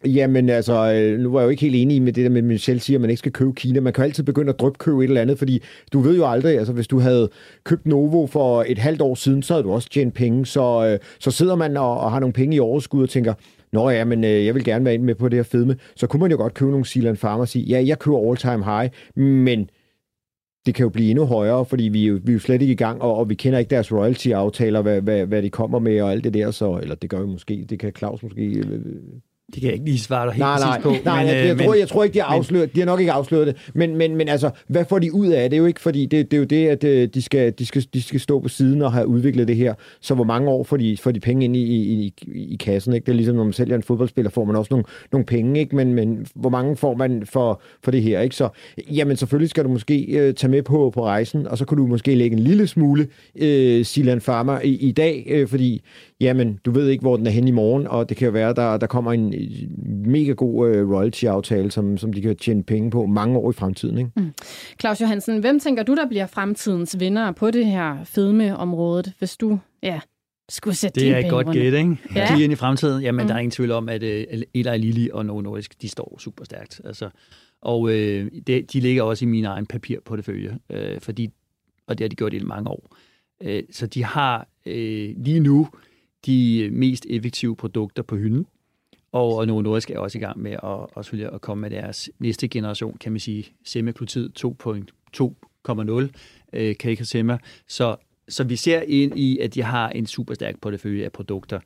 Jamen altså, nu var jeg jo ikke helt enig med det der med, at Michel siger, at man ikke skal købe Kina. Man kan altid begynde at drypkøbe et eller andet, fordi du ved jo aldrig, altså hvis du havde købt Novo for et halvt år siden, så havde du også tjent penge. Så, så sidder man og, og har nogle penge i overskud og tænker, nå ja, men øh, jeg vil gerne være ind med på det her fedme. Så kunne man jo godt købe nogle Zealand Pharma og sige, ja, jeg køber all time high, men det kan jo blive endnu højere, fordi vi er jo, vi er jo slet ikke i gang, og, og vi kender ikke deres royalty-aftaler, hvad, hvad, hvad de kommer med og alt det der, så, eller det gør vi måske, det kan Claus måske... Øh, Det kan jeg ikke lige svare dig helt nej, præcis på. Nej, men, jeg, jeg, men, tror, jeg tror ikke, de har afsløret. De har nok ikke afsløret det. Men, men, men altså, hvad får de ud af det? Det er jo ikke, fordi det, det er jo det, at de skal, de, skal, de skal stå på siden og have udviklet det her. Så hvor mange år får de, får de penge ind i, i, i, i kassen? Ikke? Det er ligesom, når man sælger en fodboldspiller, får man også nogle, nogle penge, ikke? Men, men hvor mange får man for, for det her? Ikke? Så jamen, selvfølgelig skal du måske uh, tage med på, på rejsen, og så kan du måske lægge en lille smule uh, Zealand Pharma i, i dag, uh, fordi jamen, du ved ikke, hvor den er henne i morgen, og det kan jo være, der, der kommer en mega god uh, royalty-aftale, som, som de kan tjene penge på mange år i fremtiden. Ikke? Mm. Claus Johansen, hvem tænker du, der bliver fremtidens vinder på det her fedmeområdet, hvis du ja, skulle sætte det er et godt gæt, ikke? Ja. Kigge ind i fremtiden, jamen Mm. der er ingen tvivl om, at uh, Eli Lilly og Novo Nordisk, de står super stærkt. Altså, og øh, det, de ligger også i min egen papirportefølje, øh, fordi, og det har de gjort i mange år. Øh, så de har øh, lige nu de mest effektive produkter på hylden. Og Novo Nordisk er også i gang med at, at, at komme med deres næste generation, kan man sige, semaglutid to punkt nul, øh, CagriSema. Så, så vi ser ind i, at de har en super stærk portefølje af produkter.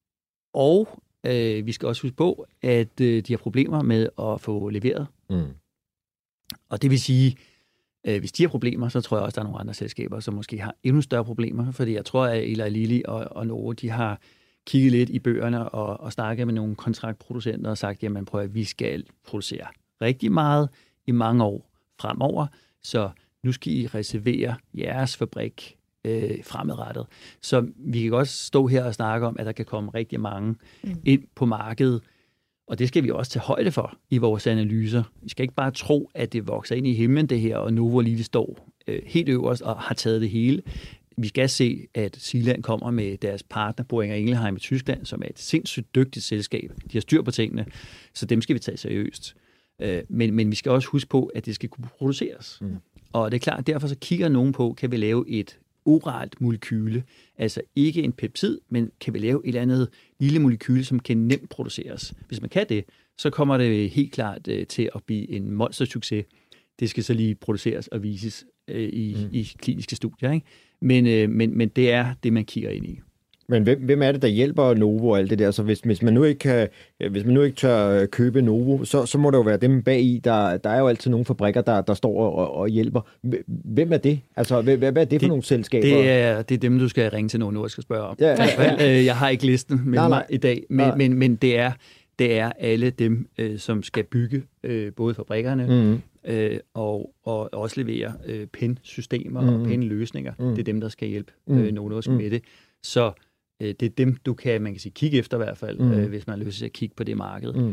Og øh, vi skal også huske på, at øh, de har problemer med at få leveret. Mm. Og det vil sige, øh, hvis de har problemer, så tror jeg også, der er nogle andre selskaber, som måske har endnu større problemer. Fordi jeg tror, at Eli Lilly og, og Novo, de har kigget lidt i bøgerne og, og snakket med nogle kontraktproducenter og sagt, jamen prøv at vi skal producere rigtig meget i mange år fremover, så nu skal I reservere jeres fabrik øh, fremadrettet. Så vi kan godt stå her og snakke om, at der kan komme rigtig mange mm. ind på markedet, og det skal vi også tage højde for i vores analyser. Vi skal ikke bare tro, at det vokser ind i himlen det her, og Novo lige står øh, helt øverst og har taget det hele. Vi skal se, at Zealand kommer med deres partner, Boehringer Ingelheim i Tyskland, som er et sindssygt dygtigt selskab. De har styr på tingene, så dem skal vi tage seriøst. Men, men vi skal også huske på, at det skal kunne produceres. Mm. Og det er klart, derfor så kigger nogen på, kan vi lave et oralt molekyle, altså ikke en peptid, men kan vi lave et eller andet lille molekyle, som kan nemt produceres. Hvis man kan det, så kommer det helt klart til at blive en monstersucces. Det skal så lige produceres og vises i, mm. i kliniske studier, ikke? Men, øh, men, men det er det, man kigger ind i. Men hvem, hvem er det, der hjælper Novo og alt det der? Så hvis, hvis, man, nu ikke kan, hvis man nu ikke tør købe Novo, så, så må det jo være dem bag i. Der, der er jo altid nogle fabrikker, der, der står og, og hjælper. Hvem er det? Altså, hvad, hvad er det for det, nogle selskaber? Det er, det er dem, du skal ringe til Novo Nordisk og spørge om. Ja, ja, ja. Jeg har ikke listen med nej, mig nej. i dag, men, men, men det, er, det er alle dem, som skal bygge både fabrikkerne, mm. Øh, og, og også levere øh, pen-systemer mm. og pen-løsninger. Mm. Det er dem, der skal hjælpe øh, Novo Nordisk mm. med det. Så øh, det er dem, du kan, man kan sige, kigge efter i hvert fald, mm. øh, hvis man har lyst til at kigge på det marked. Mm.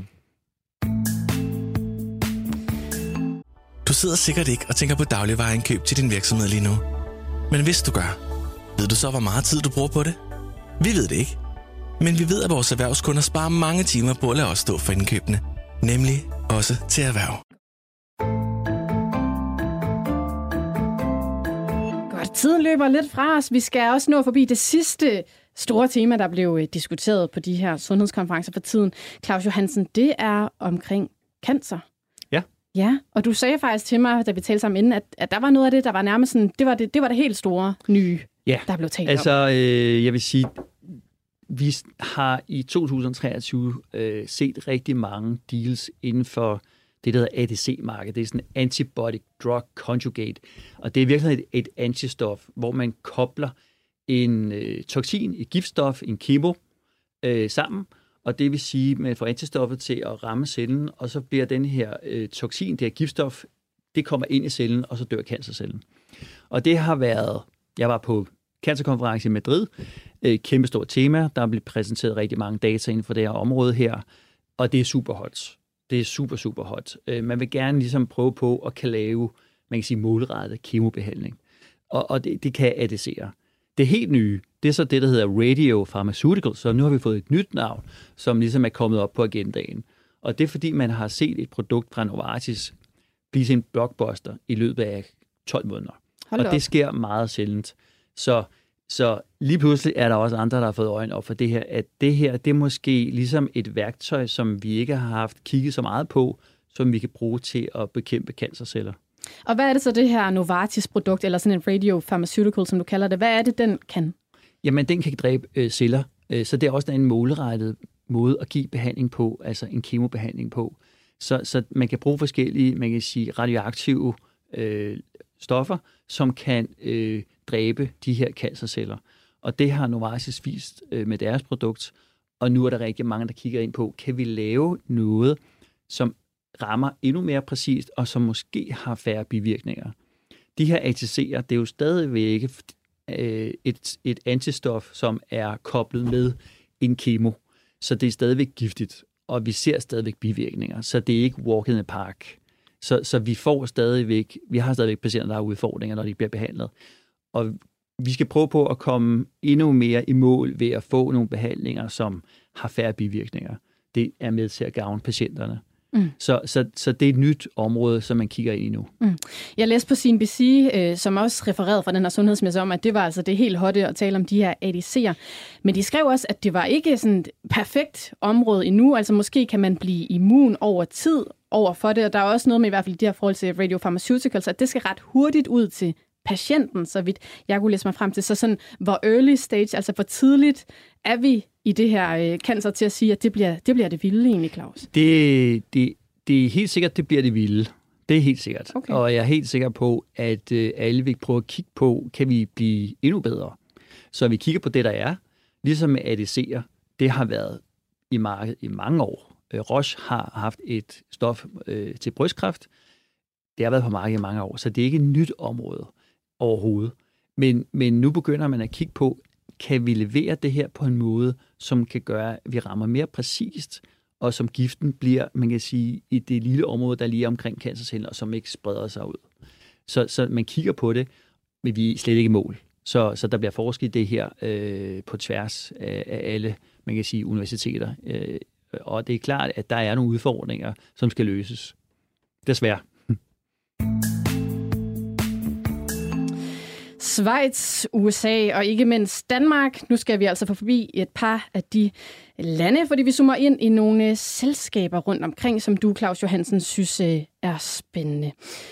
Du sidder sikkert ikke og tænker på dagligvareindkøb til din virksomhed lige nu. Men hvis du gør, ved du så, hvor meget tid du bruger på det? Vi ved det ikke. Men vi ved, at vores erhvervskunder sparer mange timer på at lade os stå for indkøbene. Nemlig også til erhverv. Tiden løber lidt fra os. Vi skal også nå forbi det sidste store tema, der blev diskuteret på de her sundhedskonferencer for tiden. Claus Johansen, det er omkring cancer. Ja. Ja, og du sagde faktisk til mig, da vi talte sammen inden, at, at der var noget af det, der var nærmest sådan, det var det, det, var det helt store nye, ja. der blev talt altså, om. Altså, øh, jeg vil sige, vi har i to tusind og treogtyve øh, set rigtig mange deals inden for det, der hedder A D C-markedet. Det er sådan en antibody drug conjugate. Og det er virkelig et, et antistof, hvor man kobler en øh, toksin, et giftstof, en kemo øh, sammen. Og det vil sige, at man får antistoffet til at ramme cellen, og så bliver den her øh, toksin, det her giftstof, det kommer ind i cellen, og så dør cancercellen. Og det har været, jeg var på cancerkonference i Madrid, øh, kæmpe stort tema, der er blevet præsenteret rigtig mange data inden for det her område her, og det er super hot. Det er super, super hot. Man vil gerne ligesom prøve på at kan lave, man kan sige, målrettet kemobehandling. Og, og det, det kan A D C'er. Det helt nye, det er så det, der hedder radiopharmaceuticals, så nu har vi fået et nyt navn, som ligesom er kommet op på agendaen. Og det er fordi, man har set et produkt fra Novartis blive til en blockbuster i løbet af tolv måneder. Hold og det sker meget sjældent. Så, så lige pludselig er der også andre, der har fået øjne op for det her, at det her, det er måske ligesom et værktøj, som vi ikke har haft kigget så meget på, som vi kan bruge til at bekæmpe cancerceller. Og hvad er det så, det her Novartis-produkt, eller sådan en radiopharmaceutical, som du kalder det, hvad er det, den kan? Jamen, den kan dræbe øh, celler, øh, så det er også en målrettet måde at give behandling på, altså en kemobehandling på. Så, så man kan bruge forskellige, man kan sige, radioaktive øh, stoffer, som kan øh, dræbe de her cancerceller. Og det har Novartis vist øh, med deres produkt, og nu er der rigtig mange, der kigger ind på, kan vi lave noget, som rammer endnu mere præcist, og som måske har færre bivirkninger. De her A T C'er, det er jo stadigvæk øh, et, et antistof, som er koblet med en kemo, så det er stadigvæk giftigt, og vi ser stadigvæk bivirkninger, så det er ikke walk in the park. Så, så vi får stadigvæk, vi har stadigvæk patienter, der har udfordringer, når de bliver behandlet. Og vi skal prøve på at komme endnu mere i mål ved at få nogle behandlinger, som har færre bivirkninger. Det er med til at gavne patienterne. Mm. Så, så, så det er et nyt område, som man kigger ind i nu. Mm. Jeg læste på C N B C, øh, som også refererede fra den her sundhedsmesse om, at det var altså det helt hotte at tale om de her A D C'er. Men de skrev også, at det var ikke sådan et perfekt område endnu. Altså måske kan man blive immun over tid over for det. Og der er også noget med i hvert fald i det her forhold til radiopharmaceuticals, at det skal ret hurtigt ud til patienten, så vidt jeg kunne læse mig frem til. Så sådan, hvor early stage, altså hvor tidligt er vi i det her øh, cancer til at sige, at det bliver det, bliver det vilde egentlig, Claus? Det, det, det er helt sikkert, det bliver det vilde. Det er helt sikkert. Okay. Og jeg er helt sikker på, at øh, alle vil prøve at kigge på, kan vi blive endnu bedre? Så vi kigger på det, der er. Ligesom med A D C'er, det har været i markedet i mange år. Øh, Roche har haft et stof øh, til brystkræft. Det har været på markedet i mange år, så det er ikke et nyt område overhovedet. Men, men nu begynder man at kigge på, kan vi levere det her på en måde, som kan gøre, at vi rammer mere præcist, og som giften bliver, man kan sige, i det lille område, der lige omkring cancerceller, og som ikke spreder sig ud. Så, så man kigger på det, men vi er slet ikke i mål. Så, så der bliver forsket i det her øh, på tværs af, af alle, man kan sige, universiteter. Øh, og det er klart, at der er nogle udfordringer, som skal løses. Desværre. Schweiz, U S A og ikke mindst Danmark. Nu skal vi altså få forbi et par af de lande, fordi vi zoomer ind i nogle selskaber rundt omkring, som du, Claus Johansen, synes er spændende.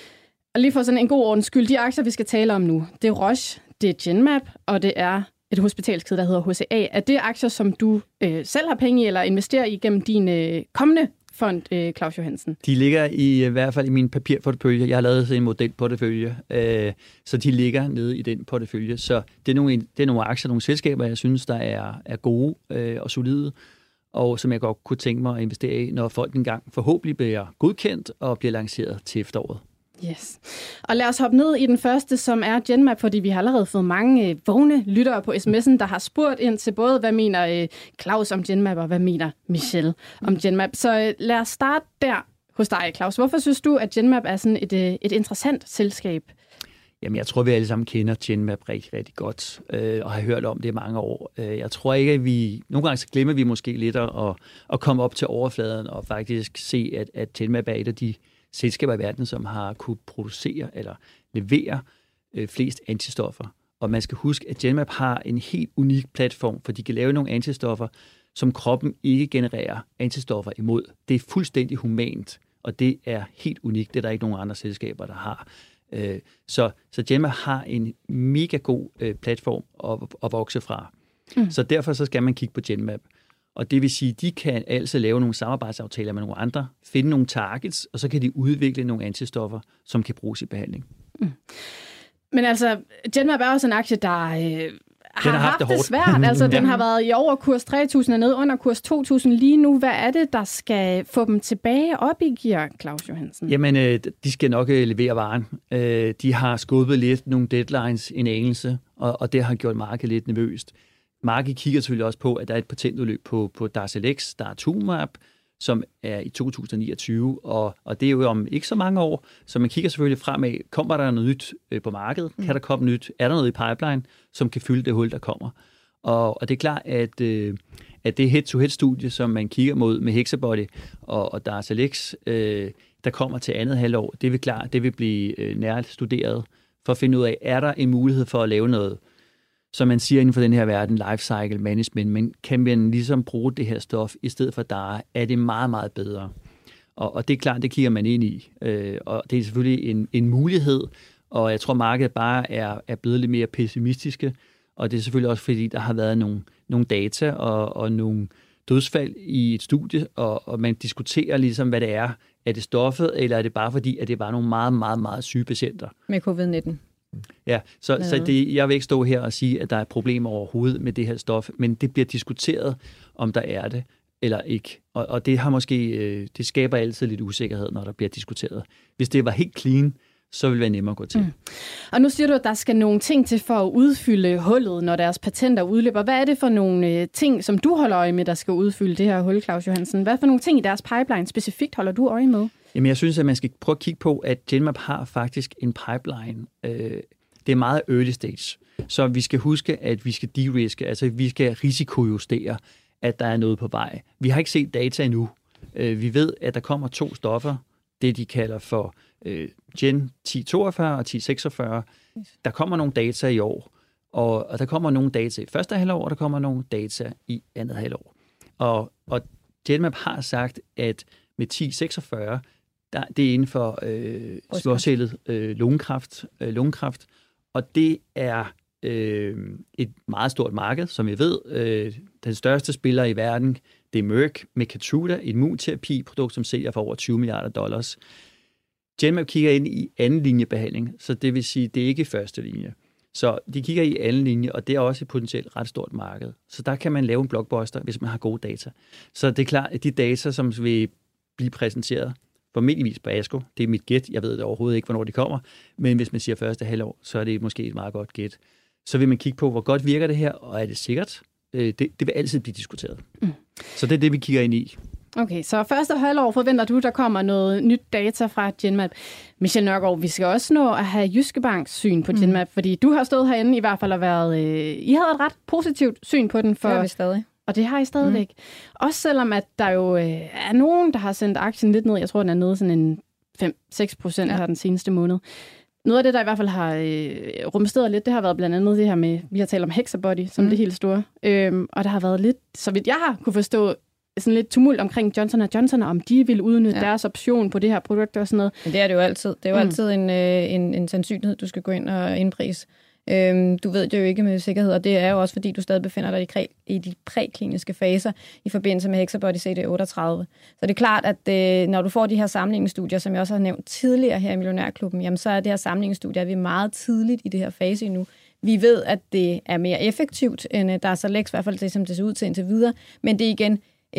Og lige for sådan en god ordens skyld, de aktier, vi skal tale om nu, det er Roche, det er Genmab, og det er et hospitalskæde, der hedder H C A. Er det aktier, som du øh, selv har penge i, eller investerer i gennem din øh, kommende fond, øh, Claus Johansen? De ligger i, i hvert fald i min papirportefølje. Jeg har lavet en modelportefølje, øh, så de ligger nede i den portefølje. Så det er nogle, det er nogle aktier, nogle selskaber, jeg synes, der er, er gode øh, og solide, og som jeg godt kunne tænke mig at investere i, når folk engang forhåbentlig bliver godkendt og bliver lanceret til efteråret. Yes. Og lad os hoppe ned i den første, som er Genmab, fordi vi har allerede fået mange øh, vågne lyttere på sms'en, der har spurgt ind til både, hvad mener øh, Claus om Genmab, og hvad mener Michelle om Genmab. Så øh, lad os starte der hos dig, Claus. Hvorfor synes du, at Genmab er sådan et, øh, et interessant selskab? Jamen, jeg tror, vi alle sammen kender Genmab rigtig, rigtig godt, øh, og har hørt om det i mange år. Øh, jeg tror ikke, at vi... Nogle gange så glemmer vi måske lidt at, at komme op til overfladen og faktisk se, at, at Genmab er et af de selskaber i verden, som har kunne producere eller levere øh, flest antistoffer. Og man skal huske, at Genmab har en helt unik platform, for de kan lave nogle antistoffer, som kroppen ikke genererer antistoffer imod. Det er fuldstændig humant, og det er helt unikt. Det er der ikke nogen andre selskaber, der har. Øh, så, så Genmab har en mega god øh, platform at, at vokse fra. Mm. Så derfor så skal man kigge på Genmab. Og det vil sige, at de kan altså lave nogle samarbejdsaftaler med nogle andre, finde nogle targets, og så kan de udvikle nogle antistoffer, som kan bruges i behandling. Mm. Men altså, Genmab er også en aktie, der øh, har, har haft, haft det, det svært. Altså, den har været i over kurs tre tusind og ned under kurs to tusind lige nu. Hvad er det, der skal få dem tilbage op i gear, Claus Johansen? Jamen, øh, de skal nok øh, levere varen. Øh, de har skubbet lidt nogle deadlines, en anelse, og, og det har gjort markedet lidt nervøst. Markedet kigger selvfølgelig også på, at der er et patentudløb på, på Darzalex, Daratumumab, som er i to tusind niogtyve, og, og det er jo om ikke så mange år, så man kigger selvfølgelig fremad. Kommer der noget nyt øh, på markedet? Mm. Kan der komme nyt? Er der noget i pipeline, som kan fylde det hul, der kommer? Og, og det er klart, at, øh, at det head-to-head-studie, som man kigger mod med Hexabody og, og Darzalex, øh, der kommer til andet halvår, det vil klart, det vil blive øh, nært studeret for at finde ud af, er der en mulighed for at lave noget, som man siger inden for den her verden, life cycle management, men kan man ligesom bruge det her stof i stedet for der er det meget, meget bedre. Og, og det er klart, det kigger man ind i, øh, og det er selvfølgelig en, en mulighed, og jeg tror, markedet bare er, er blevet lidt mere pessimistiske, og det er selvfølgelig også, fordi der har været nogle, nogle data og, og nogle dødsfald i et studie, og, og man diskuterer ligesom, hvad det er. Er det stoffet, eller er det bare fordi, at det var nogle meget, meget, meget syge patienter? Med covid nitten. Ja, så, ja. så det, jeg vil ikke stå her og sige, at der er problemer overhovedet med det her stof, men det bliver diskuteret, om der er det eller ikke. Og, og det har måske, øh, det skaber altid lidt usikkerhed, når der bliver diskuteret. Hvis det var helt clean, så vil det være nemmere at gå til. Mm. Og nu siger du, at der skal nogle ting til for at udfylde hullet, når deres patenter udløber. Hvad er det for nogle øh, ting, som du holder øje med, der skal udfylde det her hul, Claus Johansen? Hvad for nogle ting i deres pipeline specifikt holder du øje med? Jamen, jeg synes, at man skal prøve at kigge på, at Genmab har faktisk en pipeline. Øh, det er meget early stage. Så vi skal huske, at vi skal de-riske, altså vi skal risikojustere, at der er noget på vej. Vi har ikke set data endnu. Øh, vi ved, at der kommer to stoffer, det de kalder for øh, Gen ti toogfyrre og ti seksogfyrre. Der kommer nogle data i år, og, og der kommer nogle data i første halvår, og der kommer nogle data i andet halvår. Og, og Genmab har sagt, at med ti seksogfyrre, der, det er inden for øh, småcellet øh, lungekræft, øh, lungekræft, og det er øh, et meget stort marked, som vi ved. Øh, den største spiller i verden, det er Merck med Keytruda, et immunterapi-produkt, som sælger for over tyve milliarder dollars. Genmab kigger ind i anden linjebehandling, så det vil sige, det er ikke første linje. Så de kigger i anden linje, og det er også et potentielt ret stort marked. Så der kan man lave en blockbuster, hvis man har gode data. Så det er klart, at de data, som vil blive præsenteret, formentligvis på ASCO, det er mit gæt, jeg ved det overhovedet ikke, hvornår de kommer, men hvis man siger første halvår, så er det måske et meget godt gæt. Så vil man kigge på, hvor godt virker det her, og er det sikkert? Det, det vil altid blive diskuteret. Mm. Så det er det, vi kigger ind i. Okay, så første halvår forventer du, der kommer noget nyt data fra Genmab. Michelle Nørgaard, vi skal også nå at have Jyske Banks syn på Genmab, mm. fordi du har stået herinde i hvert fald og været... Øh, I havde et ret positivt syn på den. For, det har vi stadig. Og det har I stadigvæk. Mm. Også selvom, at der jo øh, er nogen, der har sendt aktien lidt ned. Jeg tror, den er nede sådan en fem til seks procent ja. her den seneste måned. Noget af det, der i hvert fald har øh, rumsteret lidt, det har været blandt andet det her med, vi har talt om Hexabody, som mm. det helt store. Øhm, og der har været lidt, så vidt jeg har kunne forstå, sådan lidt tumult omkring Johnson og Johnson, om de vil udnytte ja. deres option på det her produkt og sådan noget. Men det er det jo altid. Det er jo mm. altid en, øh, en, en sandsynlighed, du skal gå ind og indprise. Øhm, du ved det jo ikke med sikkerhed, og det er jo også, fordi du stadig befinder dig i, kræ, i de prækliniske faser i forbindelse med Hexabody C D otteogtredive. Så det er klart, at øh, når du får de her sammenligningsstudier, som jeg også har nævnt tidligere her i Millionærklubben, jamen så er det her sammenligningsstudier, vi er meget tidligt i det her fase endnu. Vi ved, at det er mere effektivt end øh, Darzalex, i hvert fald det, som det ser ud til indtil videre, men det er igen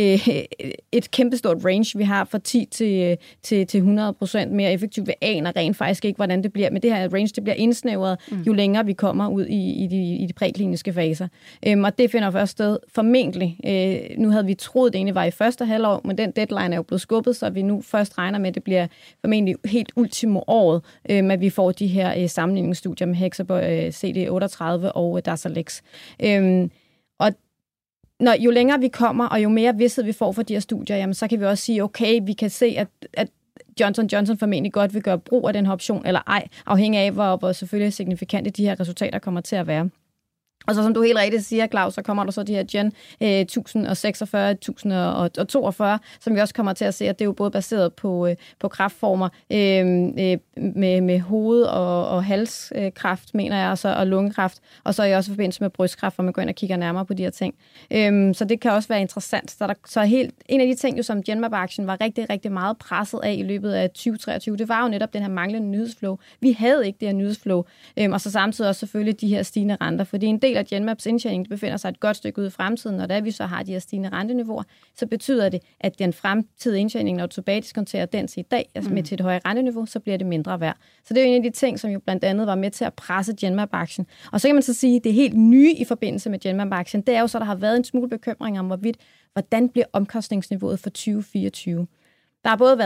et kæmpestort range, vi har fra ti til hundrede procent mere effektivt. Vi aner rent faktisk ikke, hvordan det bliver. Men det her range, det bliver indsnævret, mm. jo længere vi kommer ud i, i, de, i de prækliniske faser. Øhm, og det finder først sted formentlig. Øh, nu havde vi troet, det egentlig var i første halvår, men den deadline er jo blevet skubbet, så vi nu først regner med, at det bliver formentlig helt ultimo året, øh, at vi får de her øh, sammenligningsstudier med Hexabody øh, C D otteogtredive og øh, Darzalex. Øh, og Når, jo længere vi kommer, og jo mere vidsthed vi får for de her studier, jamen, så kan vi også sige, okay, vi kan se, at, at Johnson Johnson formentlig godt vil gøre brug af den her option, eller ej, afhængig af, hvor, hvor selvfølgelig signifikante de her resultater kommer til at være. Og så som du helt rigtigt siger, Claus, så kommer der så de her Gen eh, tusind seksogfyrre, tusind toogfyrre, som vi også kommer til at se, at det er jo både baseret på, eh, på kræftformer eh, med, med hoved- og, og halskræft, mener jeg, og, så, og lungekræft, og så er jeg også i forbindelse med brystkræft, hvor man går ind og kigger nærmere på de her ting. Eh, så det kan også være interessant. Så, der, så helt, en af de ting, jo, som Genmab-aktien var rigtig, rigtig meget presset af i løbet af tyve treogtyve, det var jo netop den her manglende nyhedsflow. Vi havde ikke det her nyhedsflow, eh, og så samtidig også selvfølgelig de her stigende renter, fordi en del af Genmabs indtjening befinder sig et godt stykke ude i fremtiden, og da vi så har de her stigende renteniveauer, så betyder det, at den fremtidige indtjening, når du tilbage diskonterer den til i dag, altså med til et højere renteniveau, så bliver det mindre værd. Så det er jo en af de ting, som jo blandt andet var med til at presse Genmab-aktien. Og så kan man så sige, at det helt nye i forbindelse med Genmab-aktien, det er jo så, der har været en smule bekymring om, hvorvidt, hvordan bliver omkostningsniveauet for tyve fireogtyve. Der har både været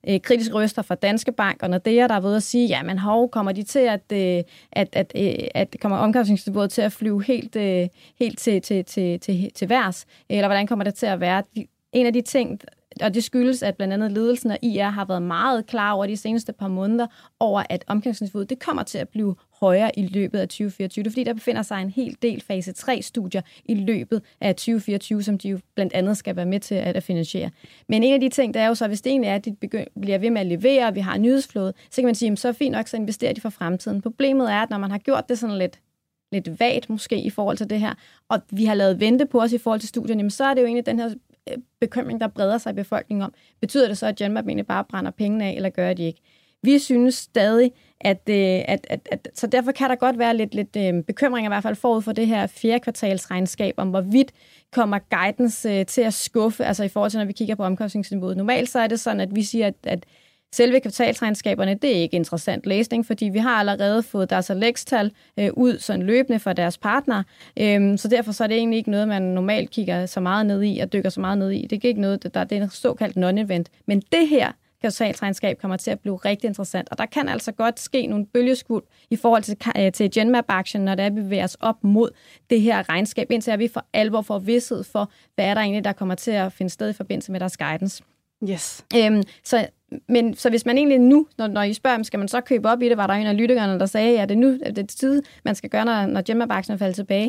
øh, kritiske røster fra Danske Bank og Nordea, der er ved at sige, ja, men hov, kommer de til at, øh, at, at, øh, at kommer omkostningsniveauet til at flyve helt, øh, helt til, til, til, til, til værs, eller hvordan kommer det til at være? De, en af de ting, og det skyldes, at blandt andet ledelsen af I R har været meget klar over de seneste par måneder, over at omkostningsniveauet, det kommer til at blive højere i løbet af tyve fireogtyve. Det er fordi, der befinder sig en hel del fase tre-studier i løbet af tyve fireogtyve, som de jo blandt andet skal være med til at finansiere. Men en af de ting, der er jo så, hvis det egentlig er, at de begynder, bliver ved med at levere, og vi har nyhedsflåde, så kan man sige, så er fint nok, så investerer de for fremtiden. Problemet er, at når man har gjort det sådan lidt lidt vagt måske i forhold til det her, og vi har lavet vente på os i forhold til studierne, jamen, så er det jo egentlig den her bekymring, der breder sig i befolkningen om. Betyder det så, at Genmab egentlig bare brænder pengene af, eller gør de ikke? Vi synes stadig, at, at, at, at så derfor kan der godt være lidt, lidt øh, bekymring i hvert fald forud for det her fjerde kvartalsregnskab, om hvorvidt kommer guidance øh, til at skuffe, altså i forhold til, når vi kigger på omkostningsniveauet. Normalt så er det sådan, at vi siger, at, at selve kvartalsregnskaberne, det er ikke interessant læsning, fordi vi har allerede fået deres Alex-tal øh, ud sådan løbende fra deres partnere, øhm, så derfor så er det egentlig ikke noget, man normalt kigger så meget ned i og dykker så meget ned i. Det er ikke noget, der, det er en såkaldt non-event. Men det her kvartalsregnskab kommer til at blive rigtig interessant, og der kan altså godt ske nogle bølgeskvuld i forhold til, øh, til Genmab-aktien, når der bevæger os op mod det her regnskab, indtil vi for alvor får vished for, hvad er der egentlig, der kommer til at finde sted i forbindelse med deres guidance. Yes. Øhm, så, men, så hvis man egentlig nu, når, når I spørger, skal man så købe op i det, var der en af lytterne, der sagde, at det er nu det er tid, man skal gøre, når, når Genmab-aktien falder tilbage.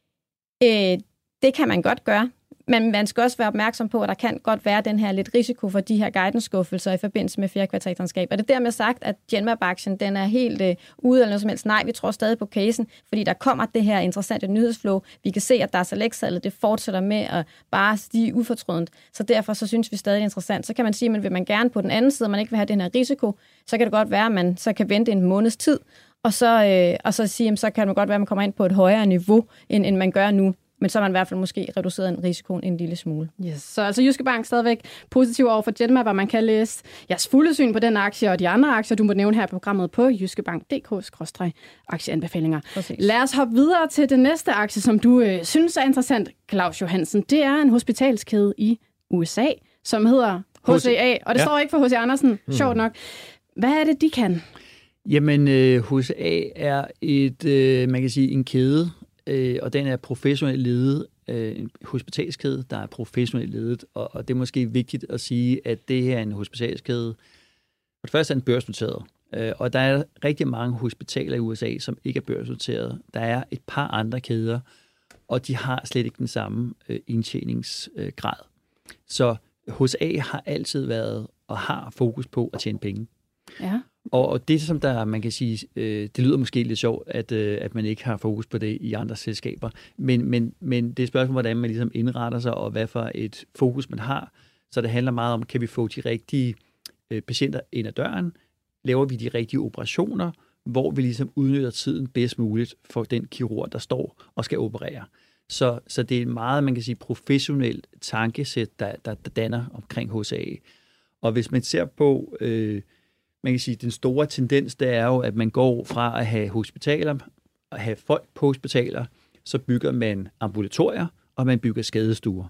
Øh, det kan man godt gøre, men man skal også være opmærksom på, at der kan godt være den her lidt risiko for de her guidance-skuffelser i forbindelse med fjerde kvartalsregnskab. Og det er dermed sagt, at Genmab-aktien den er helt øh, ude eller noget som helst. Nej, vi tror stadig på casen, fordi der kommer det her interessante nyhedsflow. Vi kan se, at der er Alex-salget, det fortsætter med at bare stige ufortrødent. Så derfor så synes vi stadig, det er interessant. Så kan man sige, at vil man gerne på den anden side, man ikke vil have den her risiko, så kan det godt være, at man så kan vente en måneds tid, og så, øh, og så sige, at så kan det godt være, at man kommer ind på et højere niveau, end, end man gør nu. Men så har man i hvert fald måske reduceret en risikoen en lille smule. Yes. Så altså Jyske Bank stadigvæk positiv over for Genmab, og man kan læse jeres fulde syn på den aktie og de andre aktier, du må nævne her på programmet på jyskebank punktum d k skråstreg aktieanbefalinger. Præcis. Lad os hoppe videre til den næste aktie, som du øh, synes er interessant, Claus Johansen. Det er en hospitalskæde i U S A, som hedder H C A, og det ja. står ikke for H C Andersen, mm. sjovt nok. Hvad er det, de kan? Jamen, øh, H C A er et, øh, man kan sige, en kæde, Øh, og den er professionelt ledet, øh, en hospitalskæde, der er professionelt ledet, og, og det er måske vigtigt at sige, at det her er en hospitalskæde. For det første er den børsnoteret, øh, og der er rigtig mange hospitaler i U S A, som ikke er børsnoteret. Der er et par andre kæder, og de har slet ikke den samme øh, indtjeningsgrad. Øh, Så H C A har altid været og har fokus på at tjene penge. Ja. Og, og det, som der, man kan sige, øh, det lyder måske lidt sjovt, at, øh, at man ikke har fokus på det i andre selskaber, men, men, men det er et spørgsmål, hvordan man ligesom indretter sig, og hvad for et fokus man har. Så det handler meget om, kan vi få de rigtige øh, patienter ind ad døren? Laver vi de rigtige operationer, hvor vi ligesom udnytter tiden bedst muligt for den kirurg, der står og skal operere? Så, så det er meget, man kan sige, professionelt tankesæt, der, der, der danner omkring H C A. Og hvis man ser på... Øh, Man kan sige, at den store tendens, det er jo, at man går fra at have hospitaler, at have folk på hospitaler, så bygger man ambulatorier, og man bygger skadestuer.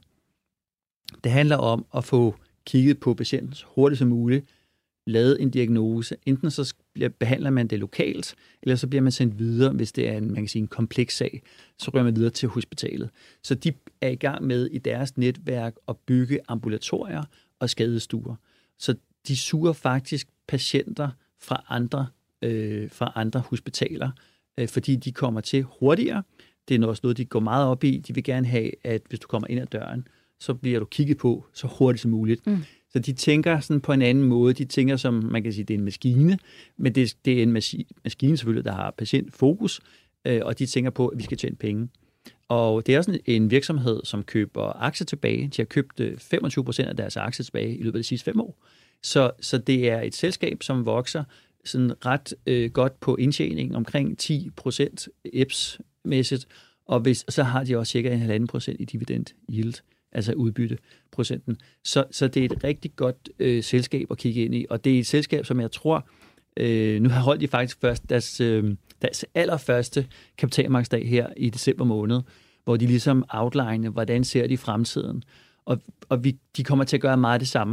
Det handler om at få kigget på patienten så hurtigt som muligt, lavet en diagnose. Enten så behandler man det lokalt, eller så bliver man sendt videre, hvis det er en, man kan sige, en kompleks sag, så rører man videre til hospitalet. Så de er i gang med i deres netværk at bygge ambulatorier og skadestuer. Så de suger faktisk patienter fra andre, øh, fra andre hospitaler, øh, fordi de kommer til hurtigere. Det er også noget, de går meget op i. De vil gerne have, at hvis du kommer ind ad døren, så bliver du kigget på så hurtigt som muligt. Mm. Så de tænker sådan på en anden måde. De tænker som, man kan sige, det er en maskine, men det, det er en mas- maskine selvfølgelig, der har patientfokus, øh, og de tænker på, at vi skal tjene penge. Og det er også en virksomhed, som køber aktier tilbage. De har købt femogtyve procent af deres aktier tilbage i løbet af de sidste fem år. Så, så det er et selskab, som vokser sådan ret øh, godt på indtjening, omkring ti procent E P S-mæssigt, og hvis, så har de også cirka en halvanden procent i dividend yield, altså udbytteprocenten. Så, så det er et rigtig godt øh, selskab at kigge ind i, og det er et selskab, som jeg tror, øh, nu har holdt de faktisk først deres, øh, deres allerførste kapitalmarkedsdag her i december måned, hvor de ligesom outline, hvordan ser de fremtiden, og, og vi, de kommer til at gøre meget det samme.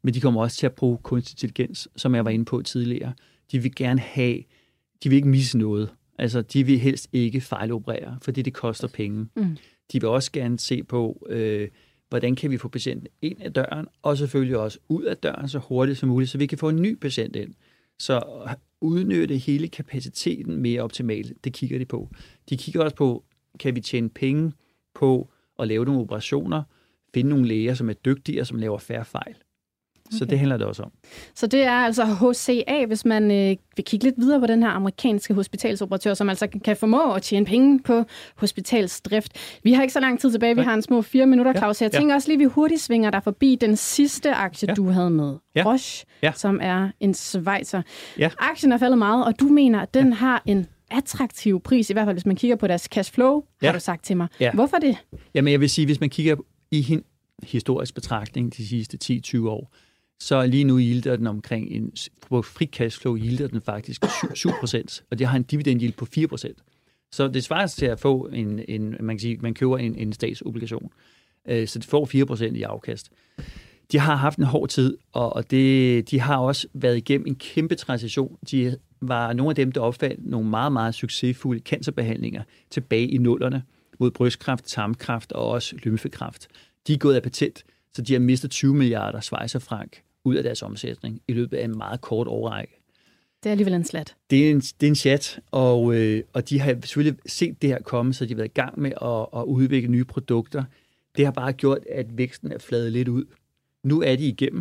men de kommer også til at bruge kunstig intelligens, som jeg var inde på tidligere. De vil gerne have, de vil ikke misse noget. Altså, de vil helst ikke fejloperere, fordi det koster penge. Mm. De vil også gerne se på, øh, hvordan kan vi få patienten ind ad døren, og selvfølgelig også ud af døren så hurtigt som muligt, så vi kan få en ny patient ind. Så udnytte hele kapaciteten mere optimalt, det kigger de på. De kigger også på, kan vi tjene penge på at lave nogle operationer, finde nogle læger, som er dygtige og som laver færre fejl. Okay. Så det handler det også om. Så det er altså H C A, hvis man øh, vil kigge lidt videre på den her amerikanske hospitalsoperatør, som altså kan formå at tjene penge på hospitalsdrift. Vi har ikke så lang tid tilbage, vi har en små fire minutter, Claus. Jeg ja. tænker også lige, vi hurtigt svinger der forbi den sidste aktie, ja. du havde med. Ja. Roche, ja. som er en schweizer. Ja. Aktien er faldet meget, og du mener, at den ja. har en attraktiv pris, i hvert fald hvis man kigger på deres cash flow, ja. har du sagt til mig. Ja. Hvorfor det? Jamen jeg vil sige, hvis man kigger i hin- historisk betragtning de sidste ti til tyve år, så lige nu yielder den omkring en, på fri cashflow yielder den faktisk syv procent, og det har en dividend yield på fire procent. Så det svarer til at få en, en man kan sige, man køber en, en statsobligation. Øh, så det får fire procent i afkast. De har haft en hård tid, og, og det, de har også været igennem en kæmpe transition. De var nogle af dem, der opfandt nogle meget, meget succesfulde cancerbehandlinger tilbage i nullerne mod brystkræft, tarmkræft og også lymfekræft. De er gået af patent, så de har mistet tyve milliarder schweizerfranc ud af deres omsætning i løbet af en meget kort årrække. Det er alligevel en slat. Det er en, det er en chat, og, øh, og de har selvfølgelig set det her komme, så de har været i gang med at, at udvikle nye produkter. Det har bare gjort, at væksten er fladet lidt ud. Nu er de igennem.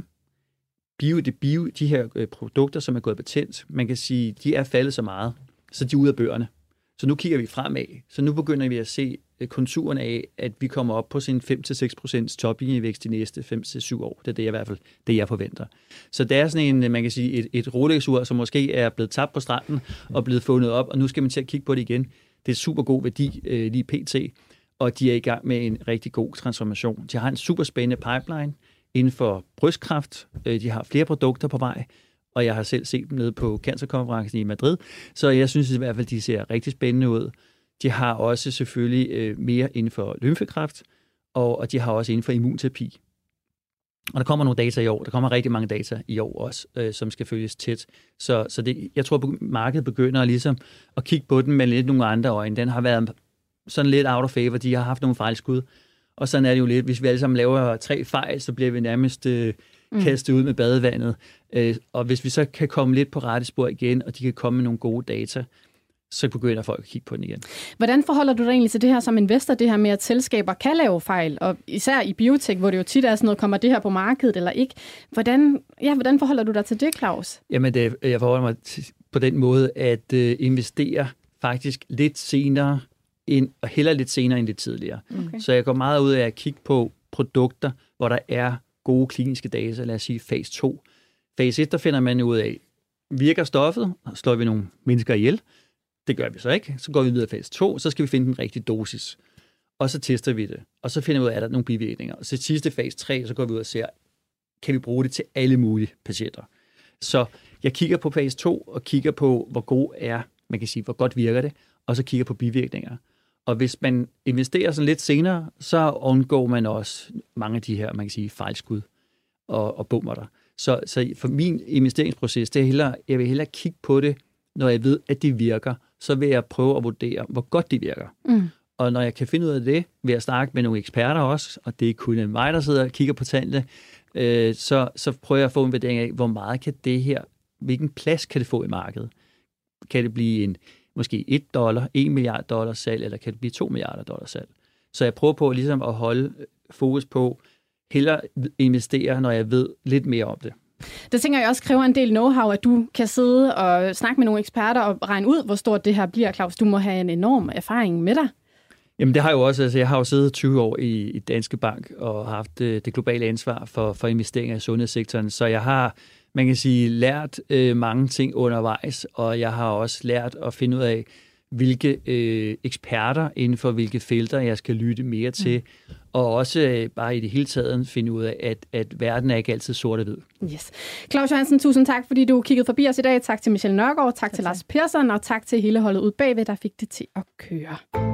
Bio, det bio, de her øh, produkter, som er gået patent, man kan sige, de er faldet så meget, så de er ude af bøgerne. Så nu kigger vi fremad. Så nu begynder vi at se konturen af, at vi kommer op på sin fem til seks procent toplinjevækst de næste fem til syv år. Det er det, jeg i hvert fald det, jeg forventer. Så det er sådan en, man kan sige, et, et Rolex-ur, som måske er blevet tabt på stranden og blevet fundet op, og nu skal man til at kigge på det igen. Det er super god værdi øh, lige pt., og de er i gang med en rigtig god transformation. De har en super spændende pipeline inden for brystkræft. De har flere produkter på vej, og jeg har selv set dem nede på cancerkonferencen i Madrid, så jeg synes i hvert fald, de ser rigtig spændende ud. De har også selvfølgelig øh, mere inden for lymfekræft, og, og de har også inden for immunterapi. Og der kommer nogle data i år. Der kommer rigtig mange data i år også, øh, som skal følges tæt. Så, så det, jeg tror, at markedet begynder ligesom at kigge på den med lidt nogle andre øjne. Den har været sådan lidt out of favor. De har haft nogle fejlskud. Og sådan er det jo lidt. Hvis vi alle sammen laver tre fejl, så bliver vi nærmest øh, kastet ud med badevandet. Øh, og hvis vi så kan komme lidt på rette spor igen, og de kan komme med nogle gode data, så begynder folk at kigge på den igen. Hvordan forholder du dig egentlig til det her som investor, det her med, at selskaber kan lave fejl, og især i biotech, hvor det jo tit er sådan noget, kommer det her på markedet eller ikke? Hvordan, ja, hvordan forholder du dig til det, Claus? Jamen, det, jeg forholder mig til, på den måde, at øh, investere faktisk lidt senere, end, og heller lidt senere end lidt tidligere. Okay. Så jeg går meget ud af at kigge på produkter, hvor der er gode kliniske data, lad os sige fase to. Fase et, der finder man ud af, virker stoffet, slår vi nogle mennesker ihjel. Det gør vi så ikke. Så går vi videre i fase to, så skal vi finde den rigtige dosis. Og så tester vi det. Og så finder vi ud af, at der er nogle bivirkninger. Og så sidste fase tre, så går vi ud og ser, kan vi bruge det til alle mulige patienter. Så jeg kigger på fase to, og kigger på, hvor god er, man kan sige, hvor godt virker det, og så kigger på bivirkninger. Og hvis man investerer sådan lidt senere, så undgår man også mange af de her, man kan sige, fejlskud og, og bummer der. Så, så for min investeringsproces, det er hellere, jeg vil hellere kigge på det, når jeg ved, at det virker, så vil jeg prøve at vurdere, hvor godt det virker. Mm. Og når jeg kan finde ud af det, vil jeg snakke med nogle eksperter også, og det er kun mig, der sidder og kigger på tallene, øh, så, så prøver jeg at få en vurdering af, hvor meget kan det her, hvilken plads kan det få i markedet? Kan det blive en måske et dollar, en milliard dollar salg, eller kan det blive to milliarder dollar salg? Så jeg prøver på ligesom at holde fokus på, hellere investere, når jeg ved lidt mere om det. Det tænker jeg også kræver en del know-how, at du kan sidde og snakke med nogle eksperter og regne ud, hvor stort det her bliver, Claus. Du må have en enorm erfaring med dig. Jamen det har jeg jo også. Altså, jeg har jo siddet tyve år i, i Danske Bank og haft det, det globale ansvar for, for investeringer i sundhedssektoren. Så jeg har, man kan sige, lært øh, mange ting undervejs, og jeg har også lært at finde ud af, hvilke øh, eksperter inden for hvilke felter jeg skal lytte mere til, mm. og også øh, bare i det hele taget finde ud af, at, at verden er ikke altid sort og hvid. Yes. Claus Johansen, tusind tak, fordi du kiggede forbi os i dag. Tak til Michelle Nørgaard, tak, tak til Lars Persson, og tak til hele holdet ude bagved, der fik det til at køre.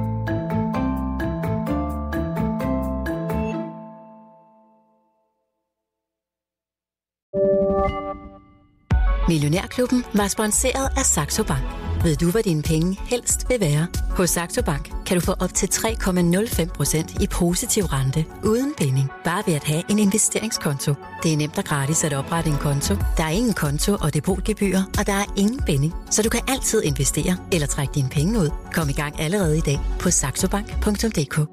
Millionærklubben var sponsoreret af Saxo Bank. Ved du, hvad dine penge helst vil være? Hos Saxo Bank kan du få op til tre komma nul fem procent i positiv rente uden binding. Bare ved at have en investeringskonto. Det er nemt og gratis at oprette en konto. Der er ingen konto og depotgebyrer, og der er ingen binding. Så du kan altid investere eller trække dine penge ud. Kom i gang allerede i dag på saxobank punktum d k.